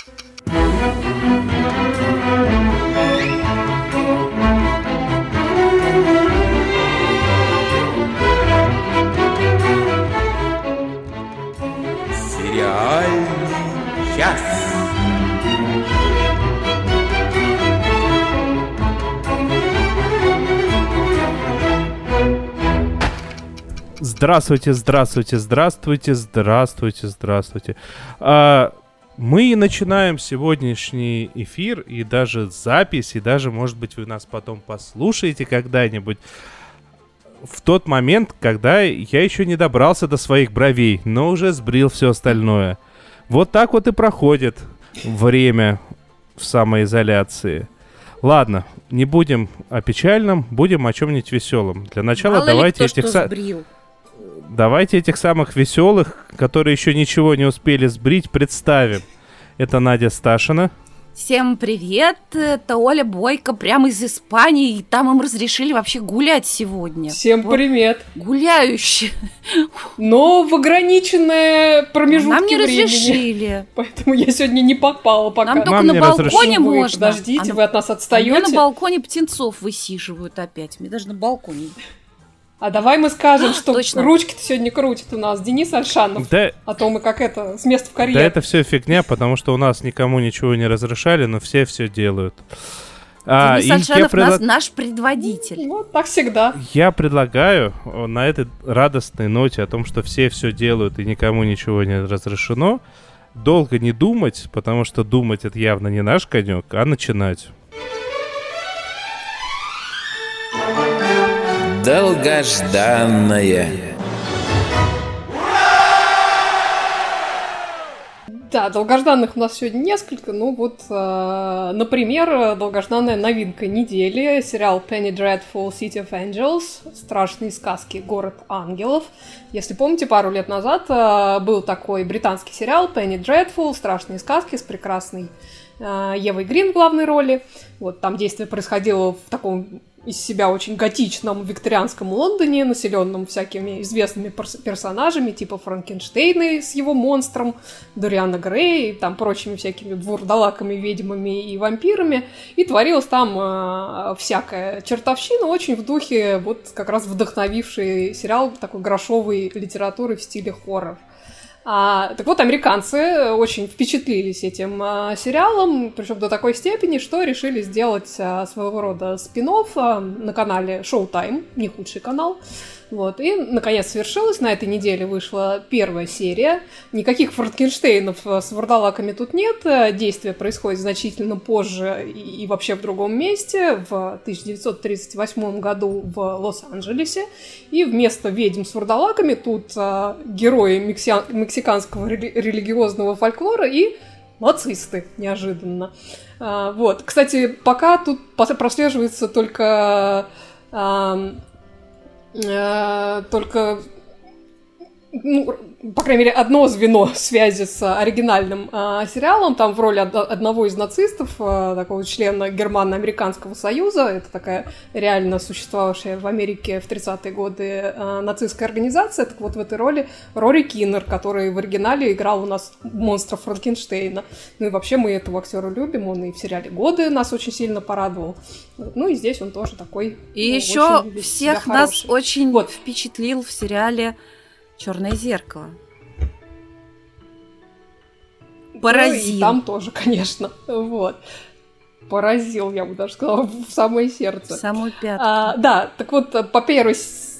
Сериальный час. Здравствуйте. Мы начинаем сегодняшний эфир и даже запись, и даже, может быть, вы нас потом послушаете когда-нибудь в тот момент, когда я еще не добрался до своих бровей, но уже сбрил все остальное. Вот так вот и проходит время в самоизоляции. Ладно, не будем о печальном, будем о чем-нибудь веселом. Для начала давайте этих самых веселых, которые еще ничего не успели сбрить, представим. Это Надя Сташина. Всем привет, это Оля Бойко, прямо из Испании, и там им разрешили вообще гулять сегодня. Всем вот, привет. Гуляющие. Но в ограниченное промежутке нам не времени. Разрешили. Поэтому я сегодня не попала пока. Нам только на балконе можно. Подождите, вы от нас отстаете. У меня на балконе птенцов высиживают опять, мне даже на балконе. А давай мы скажем, что точно. Ручки-то сегодня крутит у нас Денис Альшанов. Да. А то мы как это, с места в карьер. Да это все фигня, потому что у нас никому ничего не разрешали, но все делают. Денис Альшанов наш предводитель. Вот так всегда. Я предлагаю на этой радостной ноте о том, что все делают и никому ничего не разрешено, долго не думать, потому что думать это явно не наш конек, а начинать. Долгожданное. Да, долгожданных у нас сегодня несколько. Ну вот, например, долгожданная новинка недели. Сериал Penny Dreadful City of Angels. Страшные сказки. Город ангелов. Если помните, пару лет назад был такой британский сериал Penny Dreadful. Страшные сказки с прекрасной Евой Грин в главной роли. Вот, там действие происходило в таком из себя очень готичном викторианском Лондоне, населенном всякими известными персонажами, типа Франкенштейна с его монстром, Дориана Грей, и там прочими всякими вурдалаками, ведьмами и вампирами. И творилась там всякая чертовщина, очень в духе, вот как раз вдохновивший сериал такой грошовой литературы в стиле хоррор. Так вот, американцы очень впечатлились этим сериалом, причем до такой степени, что решили сделать своего рода спин-офф на канале Showtime, не худший канал. Вот. И, наконец, свершилось. На этой неделе вышла первая серия. Никаких Франкенштейнов с вурдалаками тут нет. Действие происходит значительно позже и вообще в другом месте, в 1938 году в Лос-Анджелесе. И вместо ведьм с вурдалаками тут герои мексиканского религиозного фольклора и нацисты, неожиданно. Вот. Кстати, пока тут прослеживается только, ну, по крайней мере, одно звено связи с оригинальным сериалом. Там в роли одного из нацистов, такого члена Германо-Американского союза, это такая реально существовавшая в Америке в 30-е годы нацистская организация. Так вот, в этой роли Рори Киннер, который в оригинале играл у нас монстра Франкенштейна. Ну и вообще мы этого актера любим, он и в сериале «Годы» нас очень сильно порадовал. Ну и здесь он тоже такой. И еще всех нас очень впечатлил в сериале «Черное зеркало». Поразил. Ну, и там тоже, конечно. Вот. Поразил, я бы даже сказала, в самое сердце. В самую пятку. Да, так вот, по первой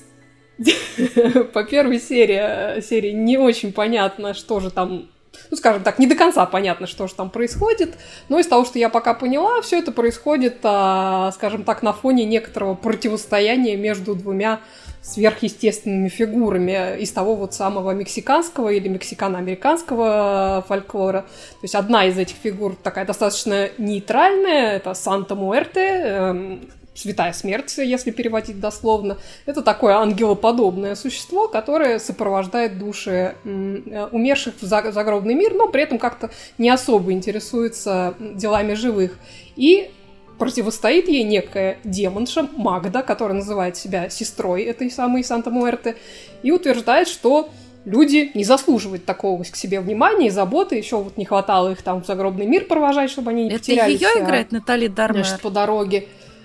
серии не очень понятно, что же там... Ну, скажем так, не до конца понятно, что же там происходит, но из того, что я пока поняла, все это происходит, скажем так, на фоне некоторого противостояния между двумя сверхъестественными фигурами из того вот самого мексиканского или мексикано-американского фольклора. То есть одна из этих фигур такая достаточно нейтральная, это Санта-Муэрте, Святая Смерть, если переводить дословно. Это такое ангелоподобное существо, которое сопровождает души умерших в загробный мир, но при этом как-то не особо интересуется делами живых. И противостоит ей некая демонша Магда, которая называет себя сестрой этой самой Санта-Муэрте, и утверждает, что люди не заслуживают такого к себе внимания и заботы. Еще вот не хватало их там в загробный мир провожать, чтобы они не потерялись. Это ее играет Натали Дормер? Значит, по дороге.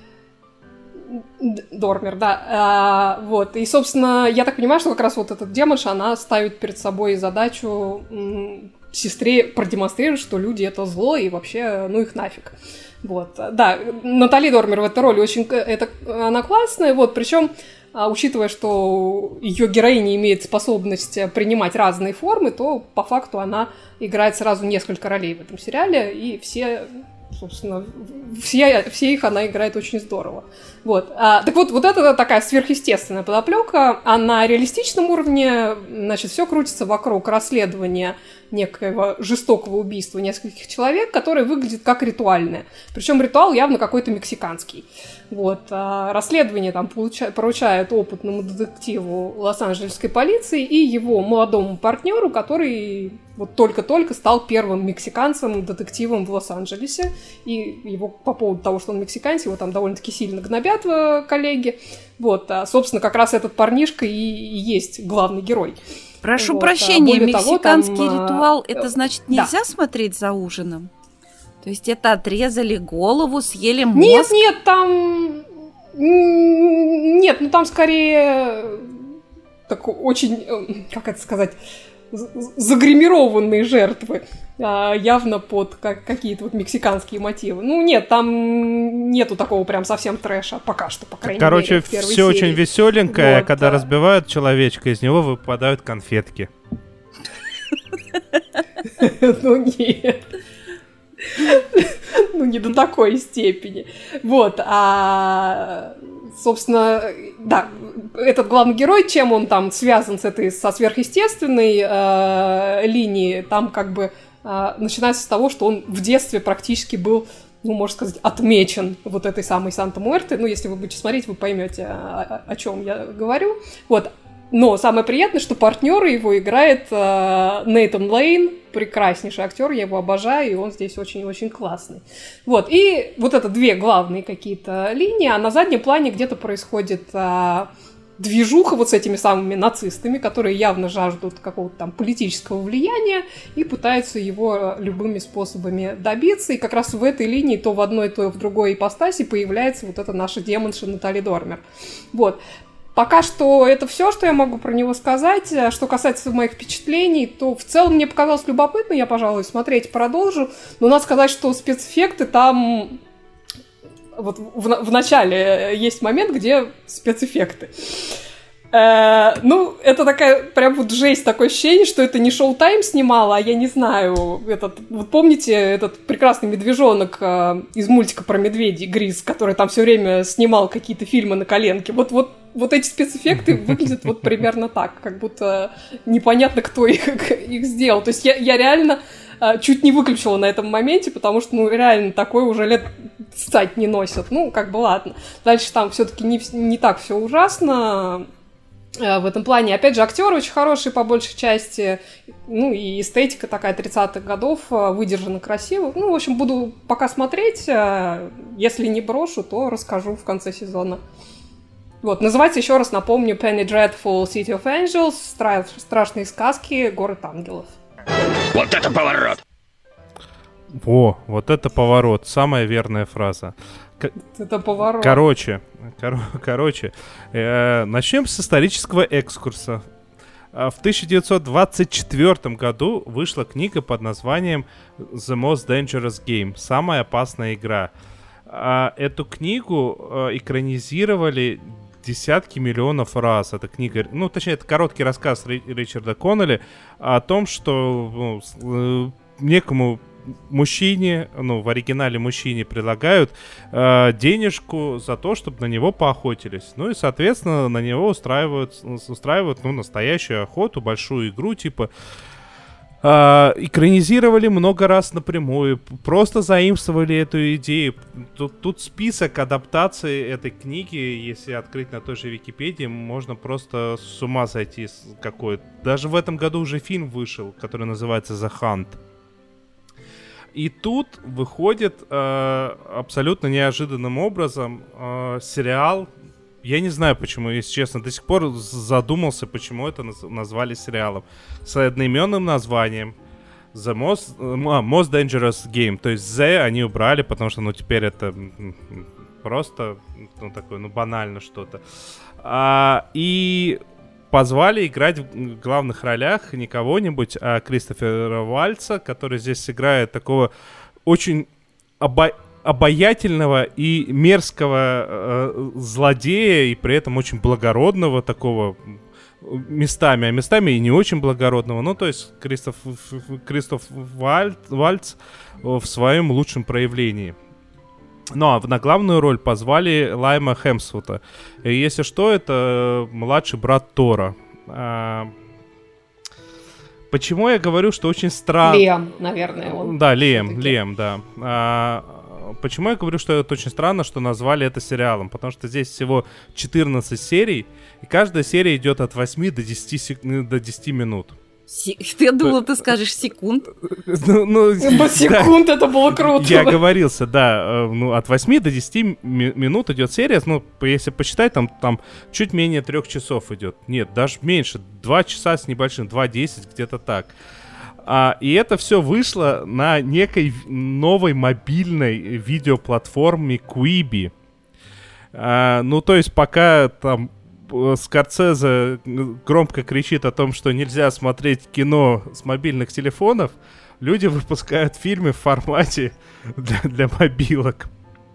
Дормер, да. Вот. И, собственно, я так понимаю, что как раз вот этот демонша, она ставит перед собой задачу сестре продемонстрировать, что люди — это зло, и вообще, ну их нафиг. Вот. Да, Натали Дормер в этой роли очень... она классная, вот, причем учитывая, что ее героиня имеет способность принимать разные формы, то по факту она играет сразу несколько ролей в этом сериале, и все, собственно, все их она играет очень здорово. Вот. Так вот, вот это такая сверхъестественная подоплека, а на реалистичном уровне, значит, все крутится вокруг расследования некоего жестокого убийства нескольких человек, которое выглядит как ритуальное. Причем ритуал явно какой-то мексиканский. Вот. Расследование там поручают опытному детективу лос-анджелесской полиции и его молодому партнеру, который вот только-только стал первым мексиканцем-детективом в Лос-Анджелесе. И его по поводу того, что он мексиканец, его там довольно-таки сильно гнобят коллеги. Вот. Собственно, как раз этот парнишка и есть главный герой. Прошу прощения, мексиканский ритуал, это значит нельзя смотреть за ужином? То есть это отрезали голову, съели мозг? Нет, там... Нет, ну там скорее такой очень, как это сказать, загримированные жертвы, явно под какие-то вот мексиканские мотивы. Ну нет, там нету такого прям совсем трэша, пока что, по крайней мере, в первой серии. Все очень веселенькое, вот, когда разбивают человечка, из него выпадают конфетки. Ну нет. Ну, не до такой степени. Вот, собственно, да, этот главный герой, чем он там связан со сверхъестественной линией, там как бы начинается с того, что он в детстве практически был, ну, можно сказать, отмечен вот этой самой Санта-Муэрте. Ну, если вы будете смотреть, вы поймете, о чем я говорю. Вот. Но самое приятное, что партнер его играет Нейтан Лейн, прекраснейший актер, я его обожаю, и он здесь очень-очень классный. Вот, и вот это две главные какие-то линии, а на заднем плане где-то происходит движуха вот с этими самыми нацистами, которые явно жаждут какого-то там политического влияния и пытаются его любыми способами добиться. И как раз в этой линии то в одной, то в другой ипостаси появляется вот эта наша демонша Натали Дормер. Вот. Пока что это все, что я могу про него сказать. Что касается моих впечатлений, то в целом мне показалось любопытно, я, пожалуй, смотреть продолжу. Но надо сказать, что спецэффекты там... Вот в начале есть момент, где спецэффекты. Ну, это такая прям вот жесть, такое ощущение, что это не Showtime снимала, а я не знаю, вот помните этот прекрасный медвежонок из мультика про медведей, Гриз, который там все время снимал какие-то фильмы на коленке? Вот эти спецэффекты выглядят вот примерно так, как будто непонятно, кто их сделал. То есть я реально чуть не выключила на этом моменте, потому что, ну, реально такое уже лет 100 не носят. Ну, как бы ладно. Дальше там все-таки не так все ужасно. В этом плане, опять же, актеры очень хорошие по большей части, ну и эстетика такая 30-х годов, выдержана красиво. Ну, в общем, буду пока смотреть, если не брошу, то расскажу в конце сезона. Вот, называется, еще раз напомню, Penny Dreadful City of Angels, страшные сказки, город ангелов. Вот это поворот! Во, вот это поворот, самая верная фраза. Это поворот. Короче, начнем с исторического экскурса. В 1924 году вышла книга под названием The Most Dangerous Game, самая опасная игра. Эту книгу экранизировали десятки миллионов раз. Эта книга, ну, точнее, это короткий рассказ Ричарда Коннелли о том, что некому мужчине, ну, в оригинале мужчине предлагают денежку за то, чтобы на него поохотились. Ну и, соответственно, на него устраивают ну, настоящую охоту, большую игру, типа экранизировали много раз напрямую, просто заимствовали эту идею. Тут список адаптаций этой книги, если открыть на той же Википедии, можно просто с ума сойти какой. Даже в этом году уже фильм вышел, который называется The Hunt. И тут выходит абсолютно неожиданным образом сериал я не знаю, почему, если честно, до сих пор задумался, почему это назвали сериалом. С одноименным названием. The Most Dangerous Game. То есть The они убрали, потому что, теперь это просто, такое, банально что-то. И позвали играть в главных ролях не кого-нибудь, а Кристофера Вальца, который здесь сыграет такого очень обаятельного и мерзкого злодея, и при этом очень благородного такого местами, а местами и не очень благородного. То есть Кристоф Вальц в своем лучшем проявлении. А на главную роль позвали Лайма Хемсворта. И если что, это младший брат Тора. Почему я говорю, что очень странно... Лиам, наверное, он. Да, Лиам, да. Почему я говорю, что это очень странно, что назвали это сериалом? Потому что здесь всего 14 серий, и каждая серия идет от 8 до 10 минут. Я думала, ты скажешь секунд. Секунд, это было круто. Я оговорился, да. От 8 до 10 минут идет серия. Если посчитать, там чуть менее 3 часов идет. Нет, даже меньше. 2 часа с небольшим, 2:10, где-то так. И это все вышло на некой новой мобильной видеоплатформе Quibi. То есть пока там Скорсезе громко кричит о том, что нельзя смотреть кино с мобильных телефонов, люди выпускают фильмы в формате для мобилок.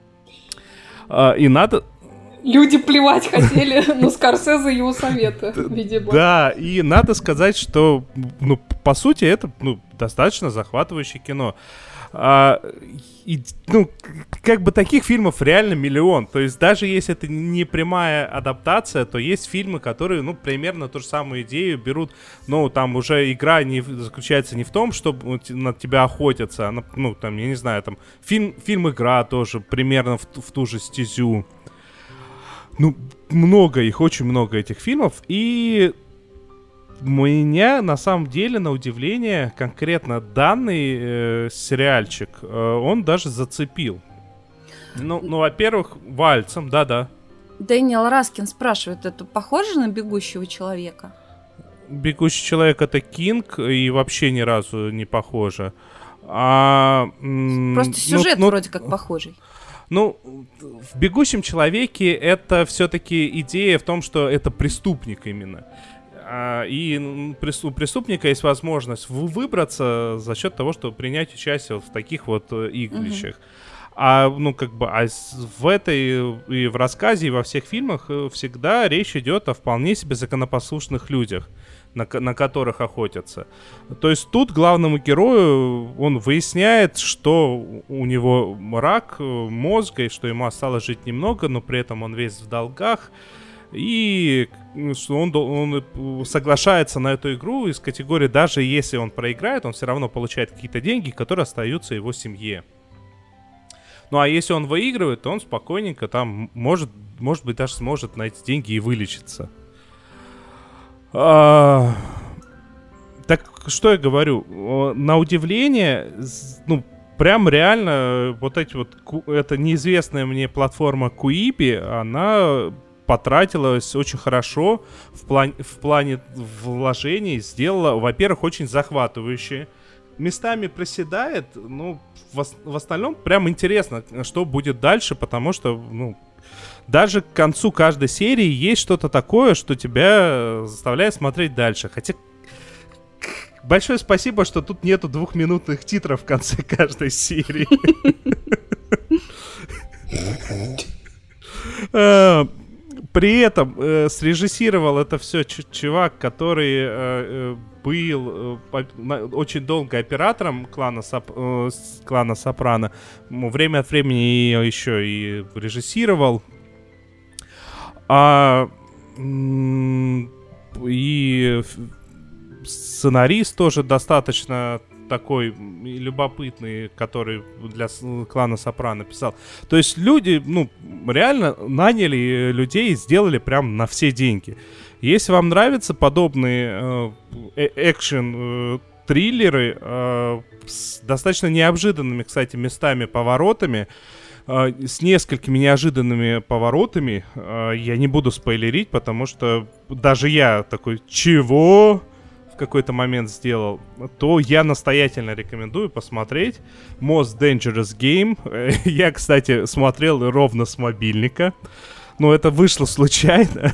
И надо... Люди плевать хотели на Скорсезе и его советы, видимо. Да, и надо сказать, что, по сути, это, достаточно захватывающее кино. Таких фильмов реально миллион. То есть даже если это не прямая адаптация, то есть фильмы, которые, примерно ту же самую идею берут. Там уже игра заключается не в том, чтобы на тебя охотятся, я не знаю, там фильм «Игра» тоже примерно в ту же стезю. Много их, очень много этих фильмов. И меня, на самом деле, на удивление, конкретно данный сериальчик, он даже зацепил. Во-первых, Вальцем, да-да. Дэниел Раскин спрашивает, это похоже на «Бегущего человека»? «Бегущий человек» — это Кинг, и вообще ни разу не похоже. Просто сюжет вроде как похожий. В «Бегущем человеке» это все-таки идея в том, что это преступник именно. И у преступника есть возможность выбраться за счет того, чтобы принять участие в таких вот игрищах. В этой и в рассказе, и во всех фильмах всегда речь идет о вполне себе законопослушных людях, на которых охотятся. То есть тут главному герою он выясняет, что у него рак мозга, и что ему осталось жить немного, но при этом он весь в долгах. И что он соглашается на эту игру из категории, даже если он проиграет, он все равно получает какие-то деньги, которые остаются его семье. А если он выигрывает, то он спокойненько там может быть даже сможет на эти деньги и вылечиться. Так что я говорю? На удивление, прям реально эта неизвестная мне платформа Quibi, она потратилась очень хорошо в плане вложений, сделала, во-первых, очень захватывающие. Местами проседает, в остальном прям интересно, что будет дальше, потому что, даже к концу каждой серии есть что-то такое, что тебя заставляет смотреть дальше. Хотя большое спасибо, что тут нету 2-минутных титров в конце каждой серии. При этом срежиссировал это все чувак, который был очень долго оператором клана Сопрано. Время от времени еще и режиссировал. И сценарист тоже достаточно такой любопытный, который для клана Сопрано писал. То есть люди, реально наняли людей и сделали прям на все деньги. Если вам нравятся подобные экшен-триллеры с достаточно неожиданными, кстати, местами, поворотами, с несколькими неожиданными поворотами. Я не буду спойлерить, потому что даже я такой, чего? В какой-то момент сделал. То я настоятельно рекомендую посмотреть Most Dangerous Game. Я, кстати, смотрел ровно с мобильника. Но это вышло случайно.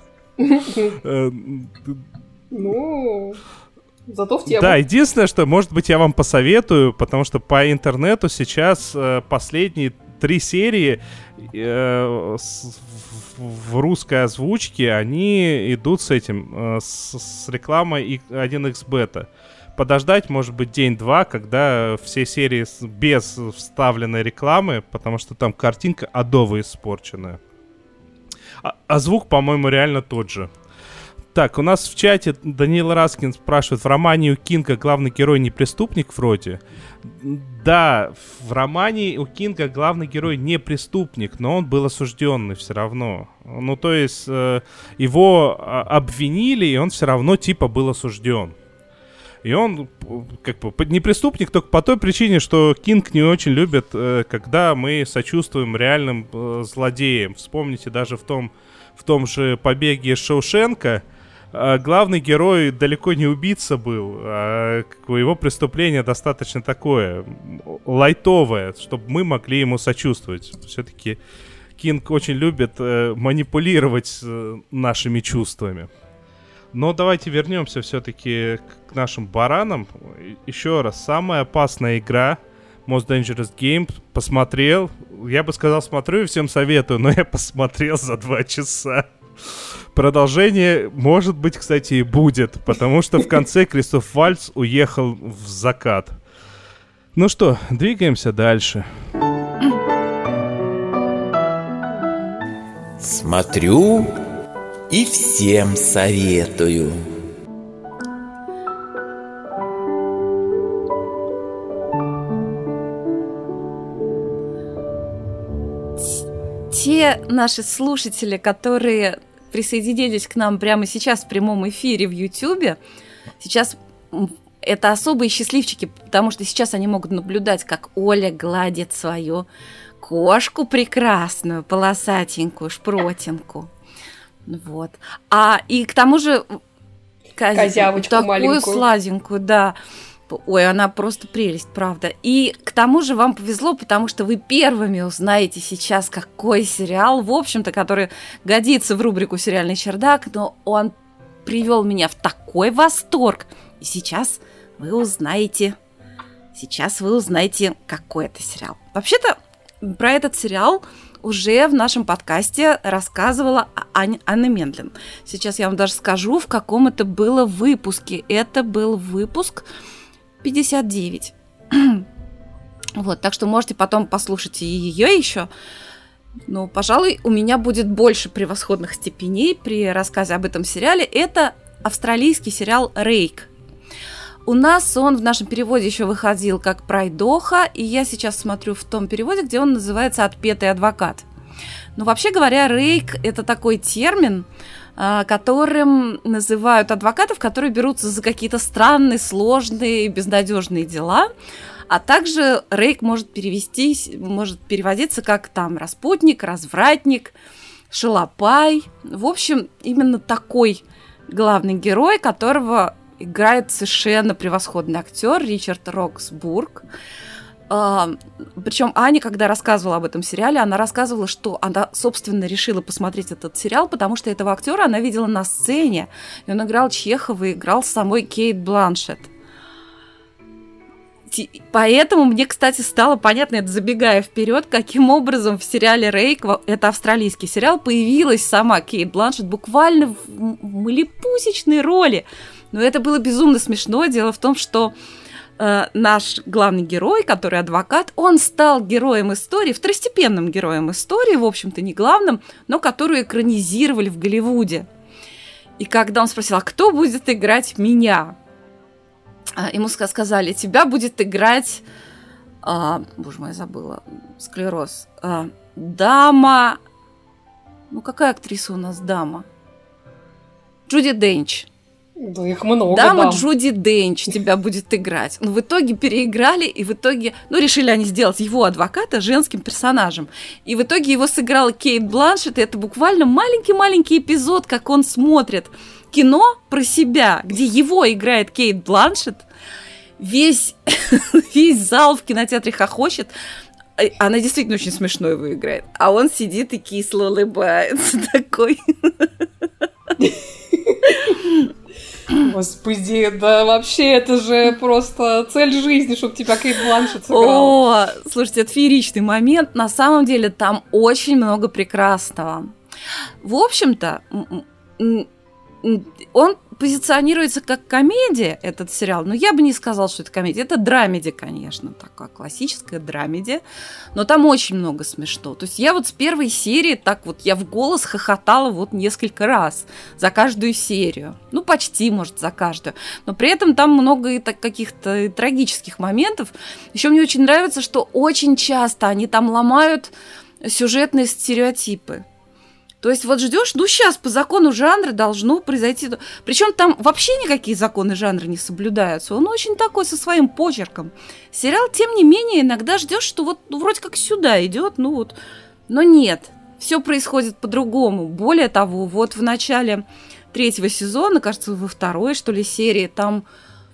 Ну... Зато в тему. Да, единственное, что, может быть, я вам посоветую, потому что по интернету сейчас последние 3 серии в русской озвучке, они идут с этим, с рекламой 1xbet. Подождать, может быть, день-два, когда все серии без вставленной рекламы, потому что там картинка адово испорченная. А звук, по-моему, реально тот же. Так, у нас в чате Даниил Раскин спрашивает, в романе у Кинга главный герой не преступник вроде? Да, в романе у Кинга главный герой не преступник, но он был осужденный все равно. Ну, то есть его обвинили, и он все равно типа был осужден. И он как бы не преступник только по той причине, что Кинг не очень любит, когда мы сочувствуем реальным злодеям. Вспомните, даже в том же «Побеге из Шоушенка» главный герой далеко не убийца был, а его преступление достаточно такое лайтовое, чтобы мы могли ему сочувствовать. Все-таки Кинг очень любит манипулировать нашими чувствами. Но давайте вернемся все-таки к нашим баранам. Еще раз, самая опасная игра Most Dangerous Game. Посмотрел. Я бы сказал, смотрю и всем советую, но я посмотрел за 2 часа. Продолжение, может быть, кстати, и будет, потому что в конце Кристоф Вальтз уехал в закат. Ну что, двигаемся дальше. Смотрю и всем советую. Те наши слушатели, которые присоединились к нам прямо сейчас в прямом эфире в Ютубе, сейчас это особые счастливчики, потому что сейчас они могут наблюдать, как Оля гладит свою кошку прекрасную, полосатенькую, шпротинку. Вот. И к тому же козявочку такую маленькую. сладенькую, да. Ой, она просто прелесть, правда. И к тому же вам повезло, потому что вы первыми узнаете сейчас, какой сериал, в общем-то, который годится в рубрику «Сериальный чердак», но он привел меня в такой восторг. И сейчас вы узнаете, какой это сериал. Вообще-то, про этот сериал уже в нашем подкасте рассказывала Анна Мендлин. Сейчас я вам даже скажу, в каком это было выпуске. Это был выпуск 59. Вот, так что можете потом послушать и ее еще. Но, пожалуй, у меня будет больше превосходных степеней при рассказе об этом сериале. Это австралийский сериал «Рейк». У нас он в нашем переводе еще выходил как «Пройдоха», и я сейчас смотрю в том переводе, где он называется «Отпетый адвокат». Но вообще говоря, «рейк» — это такой термин, которым называют адвокатов, которые берутся за какие-то странные, сложные, безнадежные дела. А также рейк может переводиться как там распутник, развратник, шалопай. В общем, именно такой главный герой, которого играет совершенно превосходный актер Ричард Роксбург. Причем Аня, когда рассказывала об этом сериале, она рассказывала, что она, собственно, решила посмотреть этот сериал, потому что этого актера она видела на сцене. И он играл Чехова и играл с самой Кейт Бланшетт. Поэтому мне, кстати, стало понятно, это забегая вперед, каким образом в сериале «Рейк», это австралийский сериал, появилась сама Кейт Бланшетт буквально в малепусечной роли. Но это было безумно смешно. Дело в том, что наш главный герой, который адвокат, он стал героем истории, второстепенным героем истории, в общем-то, не главным, но которую экранизировали в Голливуде. И когда он спросил, а кто будет играть меня? Ему сказали, тебя будет играть... боже мой, я забыла. Склероз. Дама... Ну, какая актриса у нас дама? Джуди Денч. Да их много, Дама да. Джуди Денч тебя будет играть. Но в итоге переиграли, и в итоге... Ну, решили они сделать его адвоката женским персонажем. И в итоге его сыграла Кейт Бланшетт, и это буквально маленький-маленький эпизод, как он смотрит кино про себя, где его играет Кейт Бланшетт. Весь зал в кинотеатре хохочет. Она действительно очень смешно его играет. А он сидит и кисло улыбается такой. Господи, да вообще это же просто цель жизни, чтобы тебя Кейт Бланшетт сыграла. О, слушайте, это фееричный момент. На самом деле там очень много прекрасного. В общем-то, он позиционируется как комедия, этот сериал, но я бы не сказала, что это комедия. Это драмеди, конечно, такая классическая драмеди, но там очень много смешного. То есть я вот с первой серии так вот, я в голос хохотала вот несколько раз за каждую серию. Ну, почти, может, за каждую. Но при этом там много и каких-то трагических моментов. Еще мне очень нравится, что очень часто они там ломают сюжетные стереотипы. То есть вот ждешь, ну сейчас по закону жанра должно произойти. Причем там вообще никакие законы жанра не соблюдаются. Он очень такой со своим почерком. Сериал, тем не менее, иногда ждешь, что вот ну, вроде как сюда идет, ну вот. Но нет, все происходит по-другому. Более того, вот в начале 3-го сезона, кажется, во 2-й, что ли, серии, там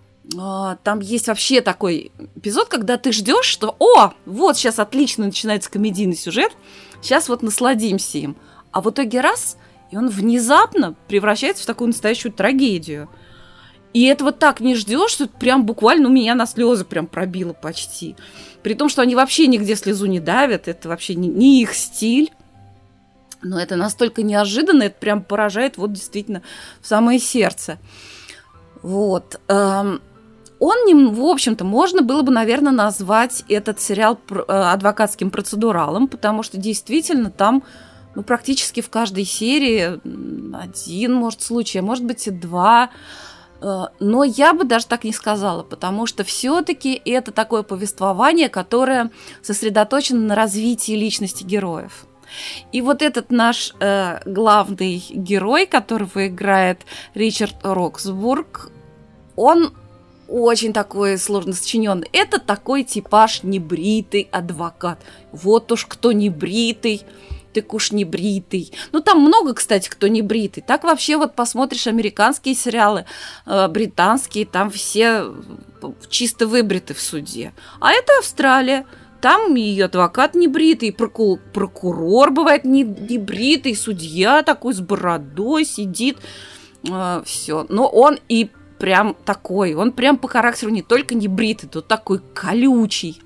есть вообще такой эпизод, когда ты ждешь, что вот сейчас отлично начинается комедийный сюжет, сейчас вот насладимся им. А в итоге раз, и он внезапно превращается в такую настоящую трагедию. И этого так не ждешь, что это прям буквально у меня на слезы прям пробило почти. При том, что они вообще нигде слезу не давят, это вообще не их стиль. Но это настолько неожиданно, это прям поражает вот действительно в самое сердце. Вот. Он, в общем-то, можно было бы, наверное, назвать этот сериал адвокатским процедуралом, потому что действительно там практически в каждой серии один, может, случай, а может быть и два. Но я бы даже так не сказала, потому что все-таки это такое повествование, которое сосредоточено на развитии личности героев. И вот этот наш главный герой, которого играет Ричард Роксбург, он очень такой сложно сочиненный. Это такой типаж небритый адвокат. Вот уж кто небритый, так уж не бритый. Ну, там много, кстати, кто не бритый. Так вообще вот посмотришь американские сериалы, британские, там все чисто выбриты в суде. А это Австралия. Там и адвокат не бритый, и прокурор бывает не бритый, судья такой с бородой сидит. Все. Но он и прям такой. Он прям по характеру не только не бритый, но такой колючий.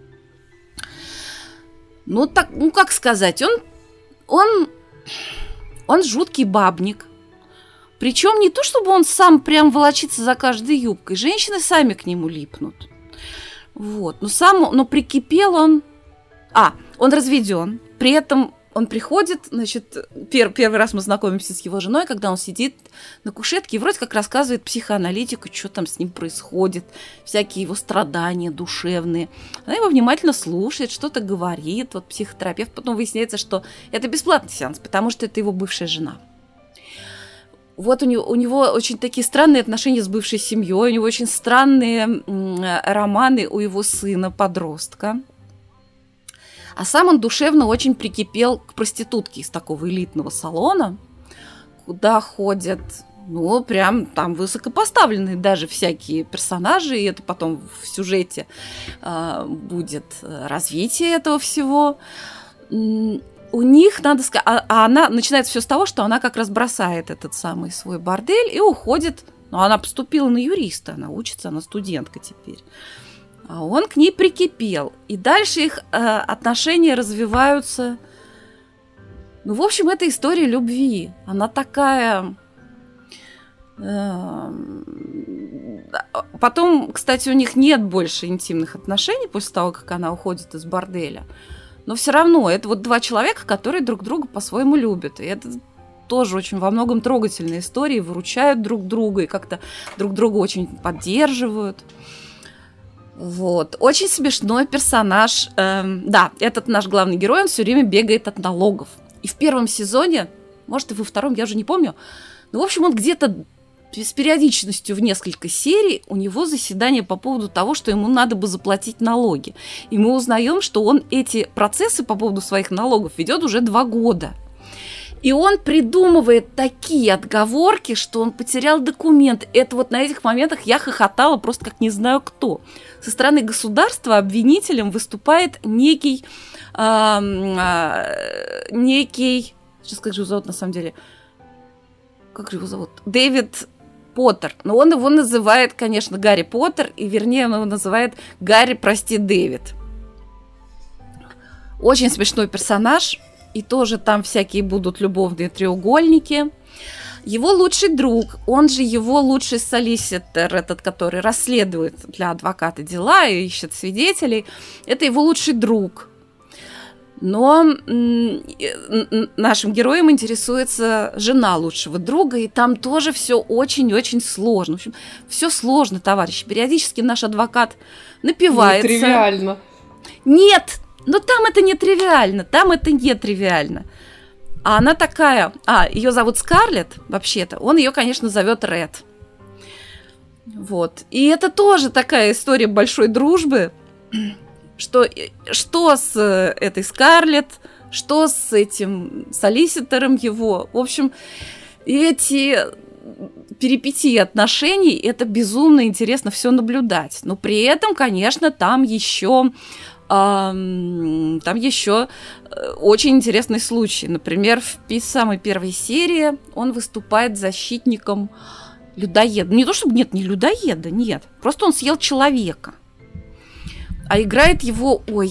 Ну, так, ну как сказать, он жуткий бабник. Причем не то, чтобы он сам прям волочится за каждой юбкой. Женщины сами к нему липнут. Вот. Но прикипел он... он разведен. При этом он приходит, значит, первый раз мы знакомимся с его женой, когда он сидит на кушетке и вроде как рассказывает психоаналитику, что там с ним происходит, всякие его страдания душевные. Она его внимательно слушает, что-то говорит, вот психотерапевт. Потом выясняется, что это бесплатный сеанс, потому что это его бывшая жена. Вот у него очень такие странные отношения с бывшей семьей, у него очень странные романы у его сына-подростка. А сам он душевно очень прикипел к проститутке из такого элитного салона, куда ходят, прям там высокопоставленные даже всякие персонажи, и это потом в сюжете будет развитие этого всего. У них, надо сказать, она начинается все с того, что она как раз бросает этот самый свой бордель и уходит. Она поступила на юриста, она учится, она студентка теперь. А он к ней прикипел. И дальше их отношения развиваются. В общем, это история любви. Она такая... Потом, кстати, у них нет больше интимных отношений после того, как она уходит из борделя. Но все равно, это вот два человека, которые друг друга по-своему любят. И это тоже очень во многом трогательные истории. Выручают друг друга и как-то друг друга очень поддерживают. Вот. Очень смешной персонаж. Этот наш главный герой, он все время бегает от налогов. И в первом сезоне, может, и во втором, я уже не помню, в общем, он где-то с периодичностью в несколько серий у него заседание по поводу того, что ему надо бы заплатить налоги. И мы узнаем, что он эти процессы по поводу своих налогов ведет уже 2 года. И он придумывает такие отговорки, что он потерял документ. Это вот на этих моментах я хохотала просто как не знаю кто. Со стороны государства обвинителем выступает некий... Сейчас как же его зовут на самом деле? Как же его зовут? Дэвид Поттер. Но он его называет, конечно, Гарри Поттер, и вернее он его называет Гарри, прости, Дэвид. Очень смешной персонаж. И тоже там всякие будут любовные треугольники. Его лучший друг, он же его лучший солиситор, этот, который расследует для адвоката дела и ищет свидетелей, это его лучший друг. Но нашим героем интересуется жена лучшего друга, и там тоже все очень-очень сложно. В общем, все сложно, товарищи. Периодически наш адвокат напивается. Нетривиально. Нет! Но там это не тривиально, там это не тривиально. А она такая... ее зовут Скарлетт, вообще-то. Он ее, конечно, зовет Ред. Вот. И это тоже такая история большой дружбы, что с этой Скарлетт, что с этим солиситором его. В общем, эти перипетии отношений, это безумно интересно все наблюдать. Но при этом, конечно, там еще очень интересный случай. Например, в самой первой серии он выступает защитником людоеда. Не то чтобы не людоеда, нет. Просто он съел человека. А играет его... Но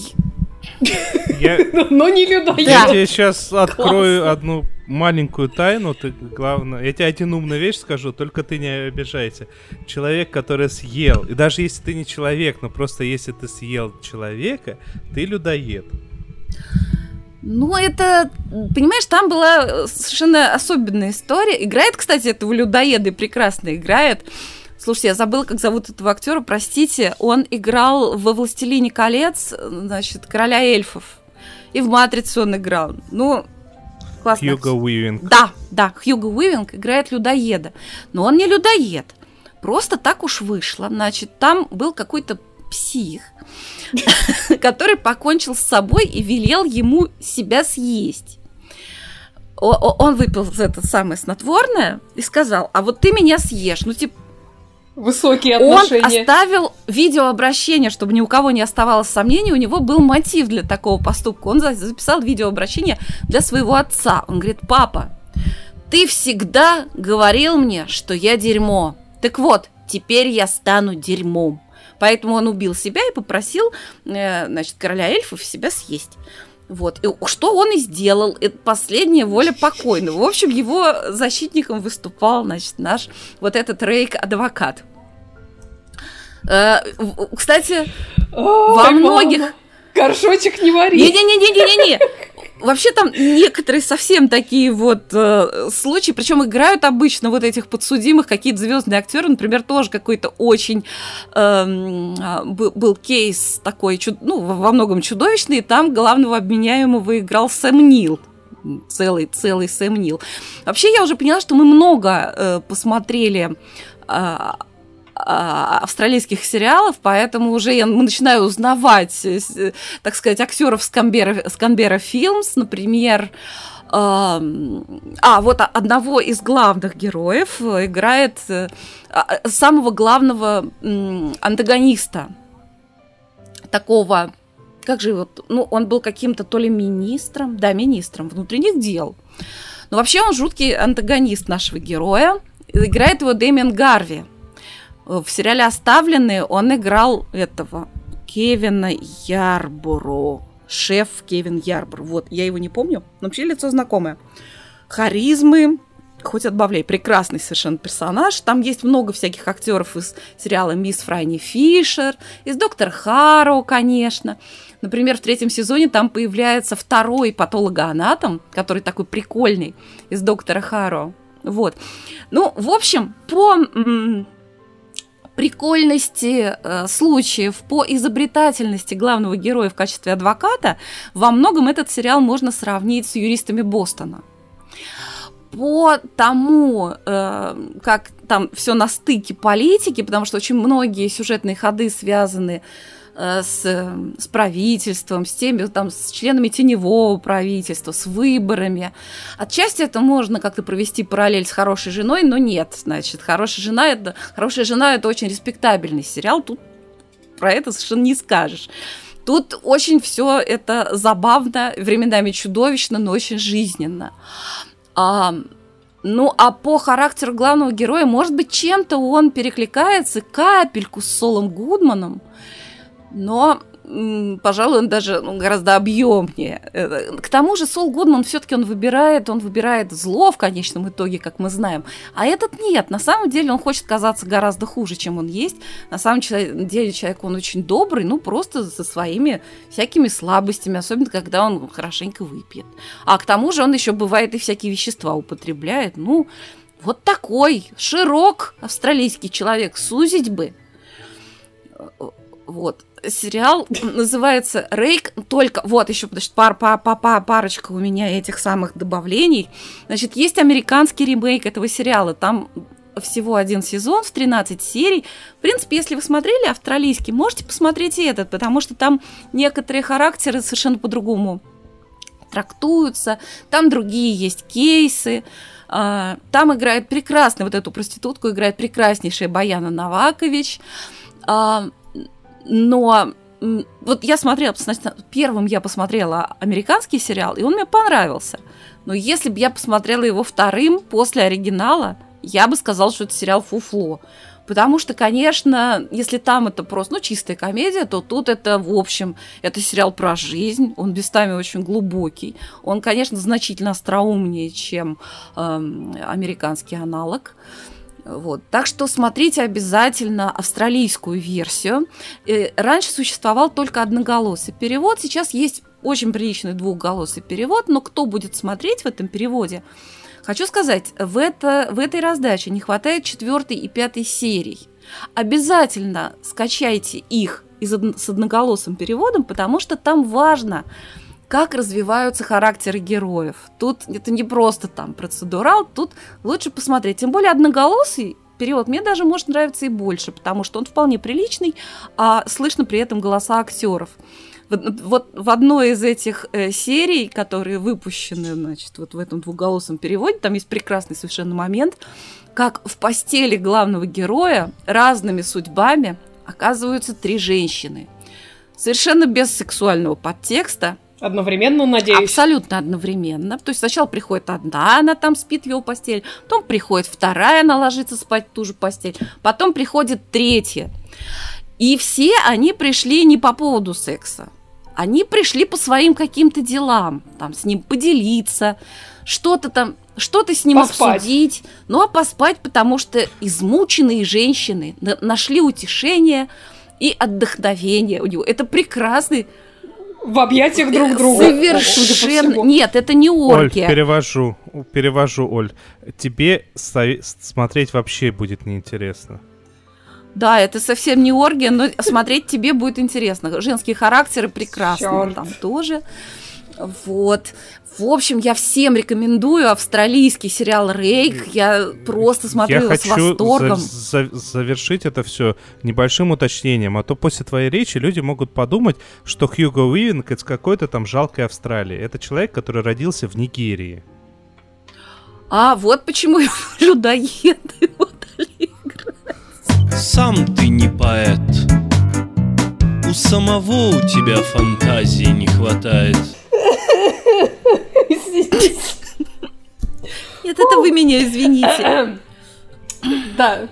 не людоед. Я тебе сейчас открою одну маленькую тайну. Главное, я тебе один умную вещь скажу, только ты не обижайся. Человек, который съел, и даже если ты не человек, но просто если ты съел человека, ты людоед. Ну, это, понимаешь, там была совершенно особенная история. Играет, кстати, этого людоеда и прекрасно играет. Слушайте, я забыла, как зовут этого актера, простите. Он играл во «Властелине колец», значит, короля эльфов. И в «Матрице» он играл. Ну, классно. Хьюго Уивинг. Да, Хьюго Уивинг играет людоеда. Но он не людоед. Просто так уж вышло. Значит, там был какой-то псих, который покончил с собой и велел ему себя съесть. Он выпил это самое снотворное и сказал: а вот ты меня съешь. Ну, типа, высокие отношения. Он оставил видеообращение, чтобы ни у кого не оставалось сомнений. У него был мотив для такого поступка. Он записал видеообращение для своего отца. Он говорит: папа, ты всегда говорил мне, что я дерьмо. Так вот, теперь я стану дерьмом. Поэтому он убил себя и попросил, значит, короля эльфов себя съесть. Вот. И что он и сделал. Это последняя воля покойного. В общем, его защитником выступал, значит, наш вот этот Рейк-адвокат. Кстати, во многих... Горшочек не вари. Не-не-не-не-не-не. Вообще там некоторые совсем такие вот случаи, причем играют обычно вот этих подсудимых какие-то звездные актеры, например, тоже какой-то очень был кейс такой, во многом чудовищный, и там главного обвиняемого играл Сэм Нил. Целый Сэм Нил. Вообще я уже поняла, что мы много посмотрели австралийских сериалов, вот начинаю узнавать, так сказать, актеров с Canberra Films, например. Вот одного из главных героев играет самого главного антагониста. Такого, как же его, он был каким-то то ли министром внутренних дел. Но вообще он жуткий антагонист нашего героя. Играет его Дэмиан Гарви. В сериале «Оставленные» он играл этого Кевина Ярборо. Шеф Кевин Ярборо. Вот, я его не помню, но вообще лицо знакомое. Харизмы, хоть отбавляй, прекрасный совершенно персонаж. Там есть много всяких актеров из сериала «Мисс Фрайни Фишер», из «Доктора Харроу», конечно. Например, в 3-м сезоне там появляется второй патологоанатом, который такой прикольный, из «Доктора Харроу». Вот. Ну, в общем, по прикольности случаев, по изобретательности главного героя в качестве адвоката, во многом этот сериал можно сравнить с «Юристами Бостона». по тому, как там все на стыке политики, потому что очень многие сюжетные ходы связаны с правительством, с теми, там, с членами теневого правительства, с выборами. Отчасти это можно как-то провести параллель с «Хорошей женой», но нет, значит, «Хорошая жена» это очень респектабельный сериал, тут про это совершенно не скажешь. Тут очень все это забавно, временами чудовищно, но очень жизненно. А по характеру главного героя, может быть, чем-то он перекликается капельку с Солом Гудманом, но, пожалуй, он даже гораздо объемнее. К тому же Сол Гудман все-таки он выбирает зло в конечном итоге, как мы знаем. А этот нет. На самом деле он хочет казаться гораздо хуже, чем он есть. На самом деле человек он очень добрый, просто со своими всякими слабостями, особенно когда он хорошенько выпьет. А к тому же он еще бывает и всякие вещества употребляет. Вот такой широк австралийский человек, сузить бы. Вот. Сериал называется «Рейк», только... Вот, еще, значит, парочка у меня этих самых добавлений. Значит, есть американский ремейк этого сериала. Там всего один сезон в 13 серий. В принципе, если вы смотрели австралийский, можете посмотреть и этот, потому что там некоторые характеры совершенно по-другому трактуются. Там другие есть кейсы. Там играет прекрасно, вот эту проститутку играет прекраснейшая Баяна Новакович. Но вот я смотрела, первым я посмотрела американский сериал, и он мне понравился. Но если бы я посмотрела его вторым после оригинала, я бы сказала, что это сериал фуфло. Потому что, конечно, если там это просто чистая комедия, то тут это, в общем, это сериал про жизнь, он местами очень глубокий. Он, конечно, значительно остроумнее, чем американский аналог. Вот. Так что смотрите обязательно австралийскую версию. Раньше существовал только одноголосый перевод, сейчас есть очень приличный двухголосый перевод, но кто будет смотреть в этом переводе? Хочу сказать, в этой раздаче не хватает 4 и 5 серий. Обязательно скачайте их с одноголосым переводом, потому что там важно, как развиваются характеры героев. Тут это не просто там процедурал, тут лучше посмотреть. Тем более одноголосый перевод мне даже может нравиться и больше, потому что он вполне приличный, а слышно при этом голоса актеров. Вот в одной из этих серий, которые выпущены, значит, вот в этом двухголосом переводе, там есть прекрасный совершенно момент, как в постели главного героя разными судьбами оказываются 3 женщины. Совершенно без сексуального подтекста. Одновременно, надеюсь. Абсолютно одновременно. То есть сначала приходит одна, она там спит в его постель, потом приходит вторая, она ложится спать в ту же постель, потом приходит 3. И все они пришли не по поводу секса. Они пришли по своим каким-то делам, там, с ним поделиться, что-то с ним поспать. Обсудить. А поспать, потому что измученные женщины нашли утешение и отдохновение у него. Это прекрасный... В объятиях друг друга. Совершенно. Нет, это не оргия. Оль, перевожу, Оль. Тебе смотреть вообще будет неинтересно. Да, это совсем не оргия, но смотреть тебе будет интересно. Женские характеры прекрасные там тоже. Вот. В общем, я всем рекомендую австралийский сериал «Рейк». Я просто смотрю его с восторгом. Я хочу завершить это все небольшим уточнением, а то после твоей речи люди могут подумать, что Хьюго Уивинг — это какой-то там жалкой Австралии. Это человек, который родился в Нигерии. А вот почему людоеды играют. Сам ты не поэт. У самого у тебя фантазии не хватает. Нет, это вы меня извините. Да.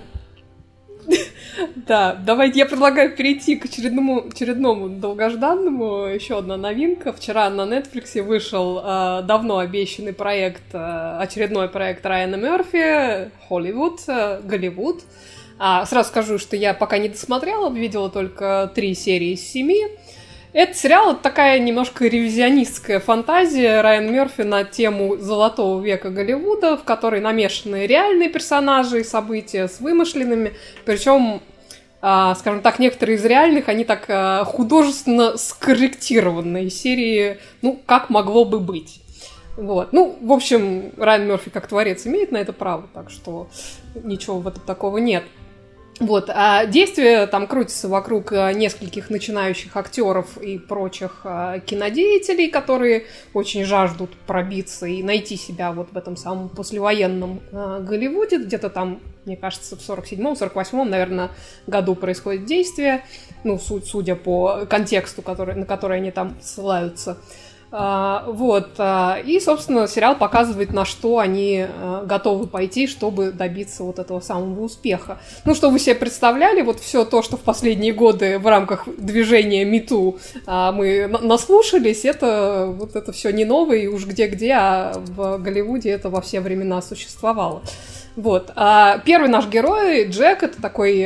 Да, давайте я предлагаю перейти к очередному долгожданному. Еще одна новинка. Вчера на Netflix вышел давно обещанный очередной проект Райана Мерфи «Голливуд». Сразу скажу, что я пока не досмотрела, видела только 3 серии из 7. Этот сериал — это такая немножко ревизионистская фантазия Райана Мерфи на тему золотого века Голливуда, в которой намешаны реальные персонажи и события с вымышленными. Причем, скажем так, некоторые из реальных, они так художественно скорректированные серии, как могло бы быть. Вот. Ну, в общем, Райан Мерфи как творец имеет на это право, так что ничего в этом такого нет. Вот, а действие там крутится вокруг нескольких начинающих актеров и прочих кинодеятелей, которые очень жаждут пробиться и найти себя вот в этом самом послевоенном Голливуде. Где-то там, мне кажется, в 47-м, 48-м, наверное, году происходит действие, ну, судя по контексту, на который они там ссылаются. Вот, и, собственно, сериал показывает, на что они готовы пойти, чтобы добиться вот этого самого успеха. Ну, что вы себе представляли, вот все то, что в последние годы в рамках движения MeToo мы наслушались, это все не новое, и уж где-где, а в Голливуде это во все времена существовало. Вот. Первый наш герой, Джек, это такой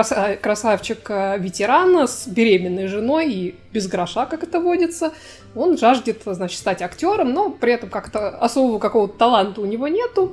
красавчик-ветеран с беременной женой и без гроша, как это водится. Он жаждет, значит, стать актером, но при этом как-то особого какого-то таланта у него нету.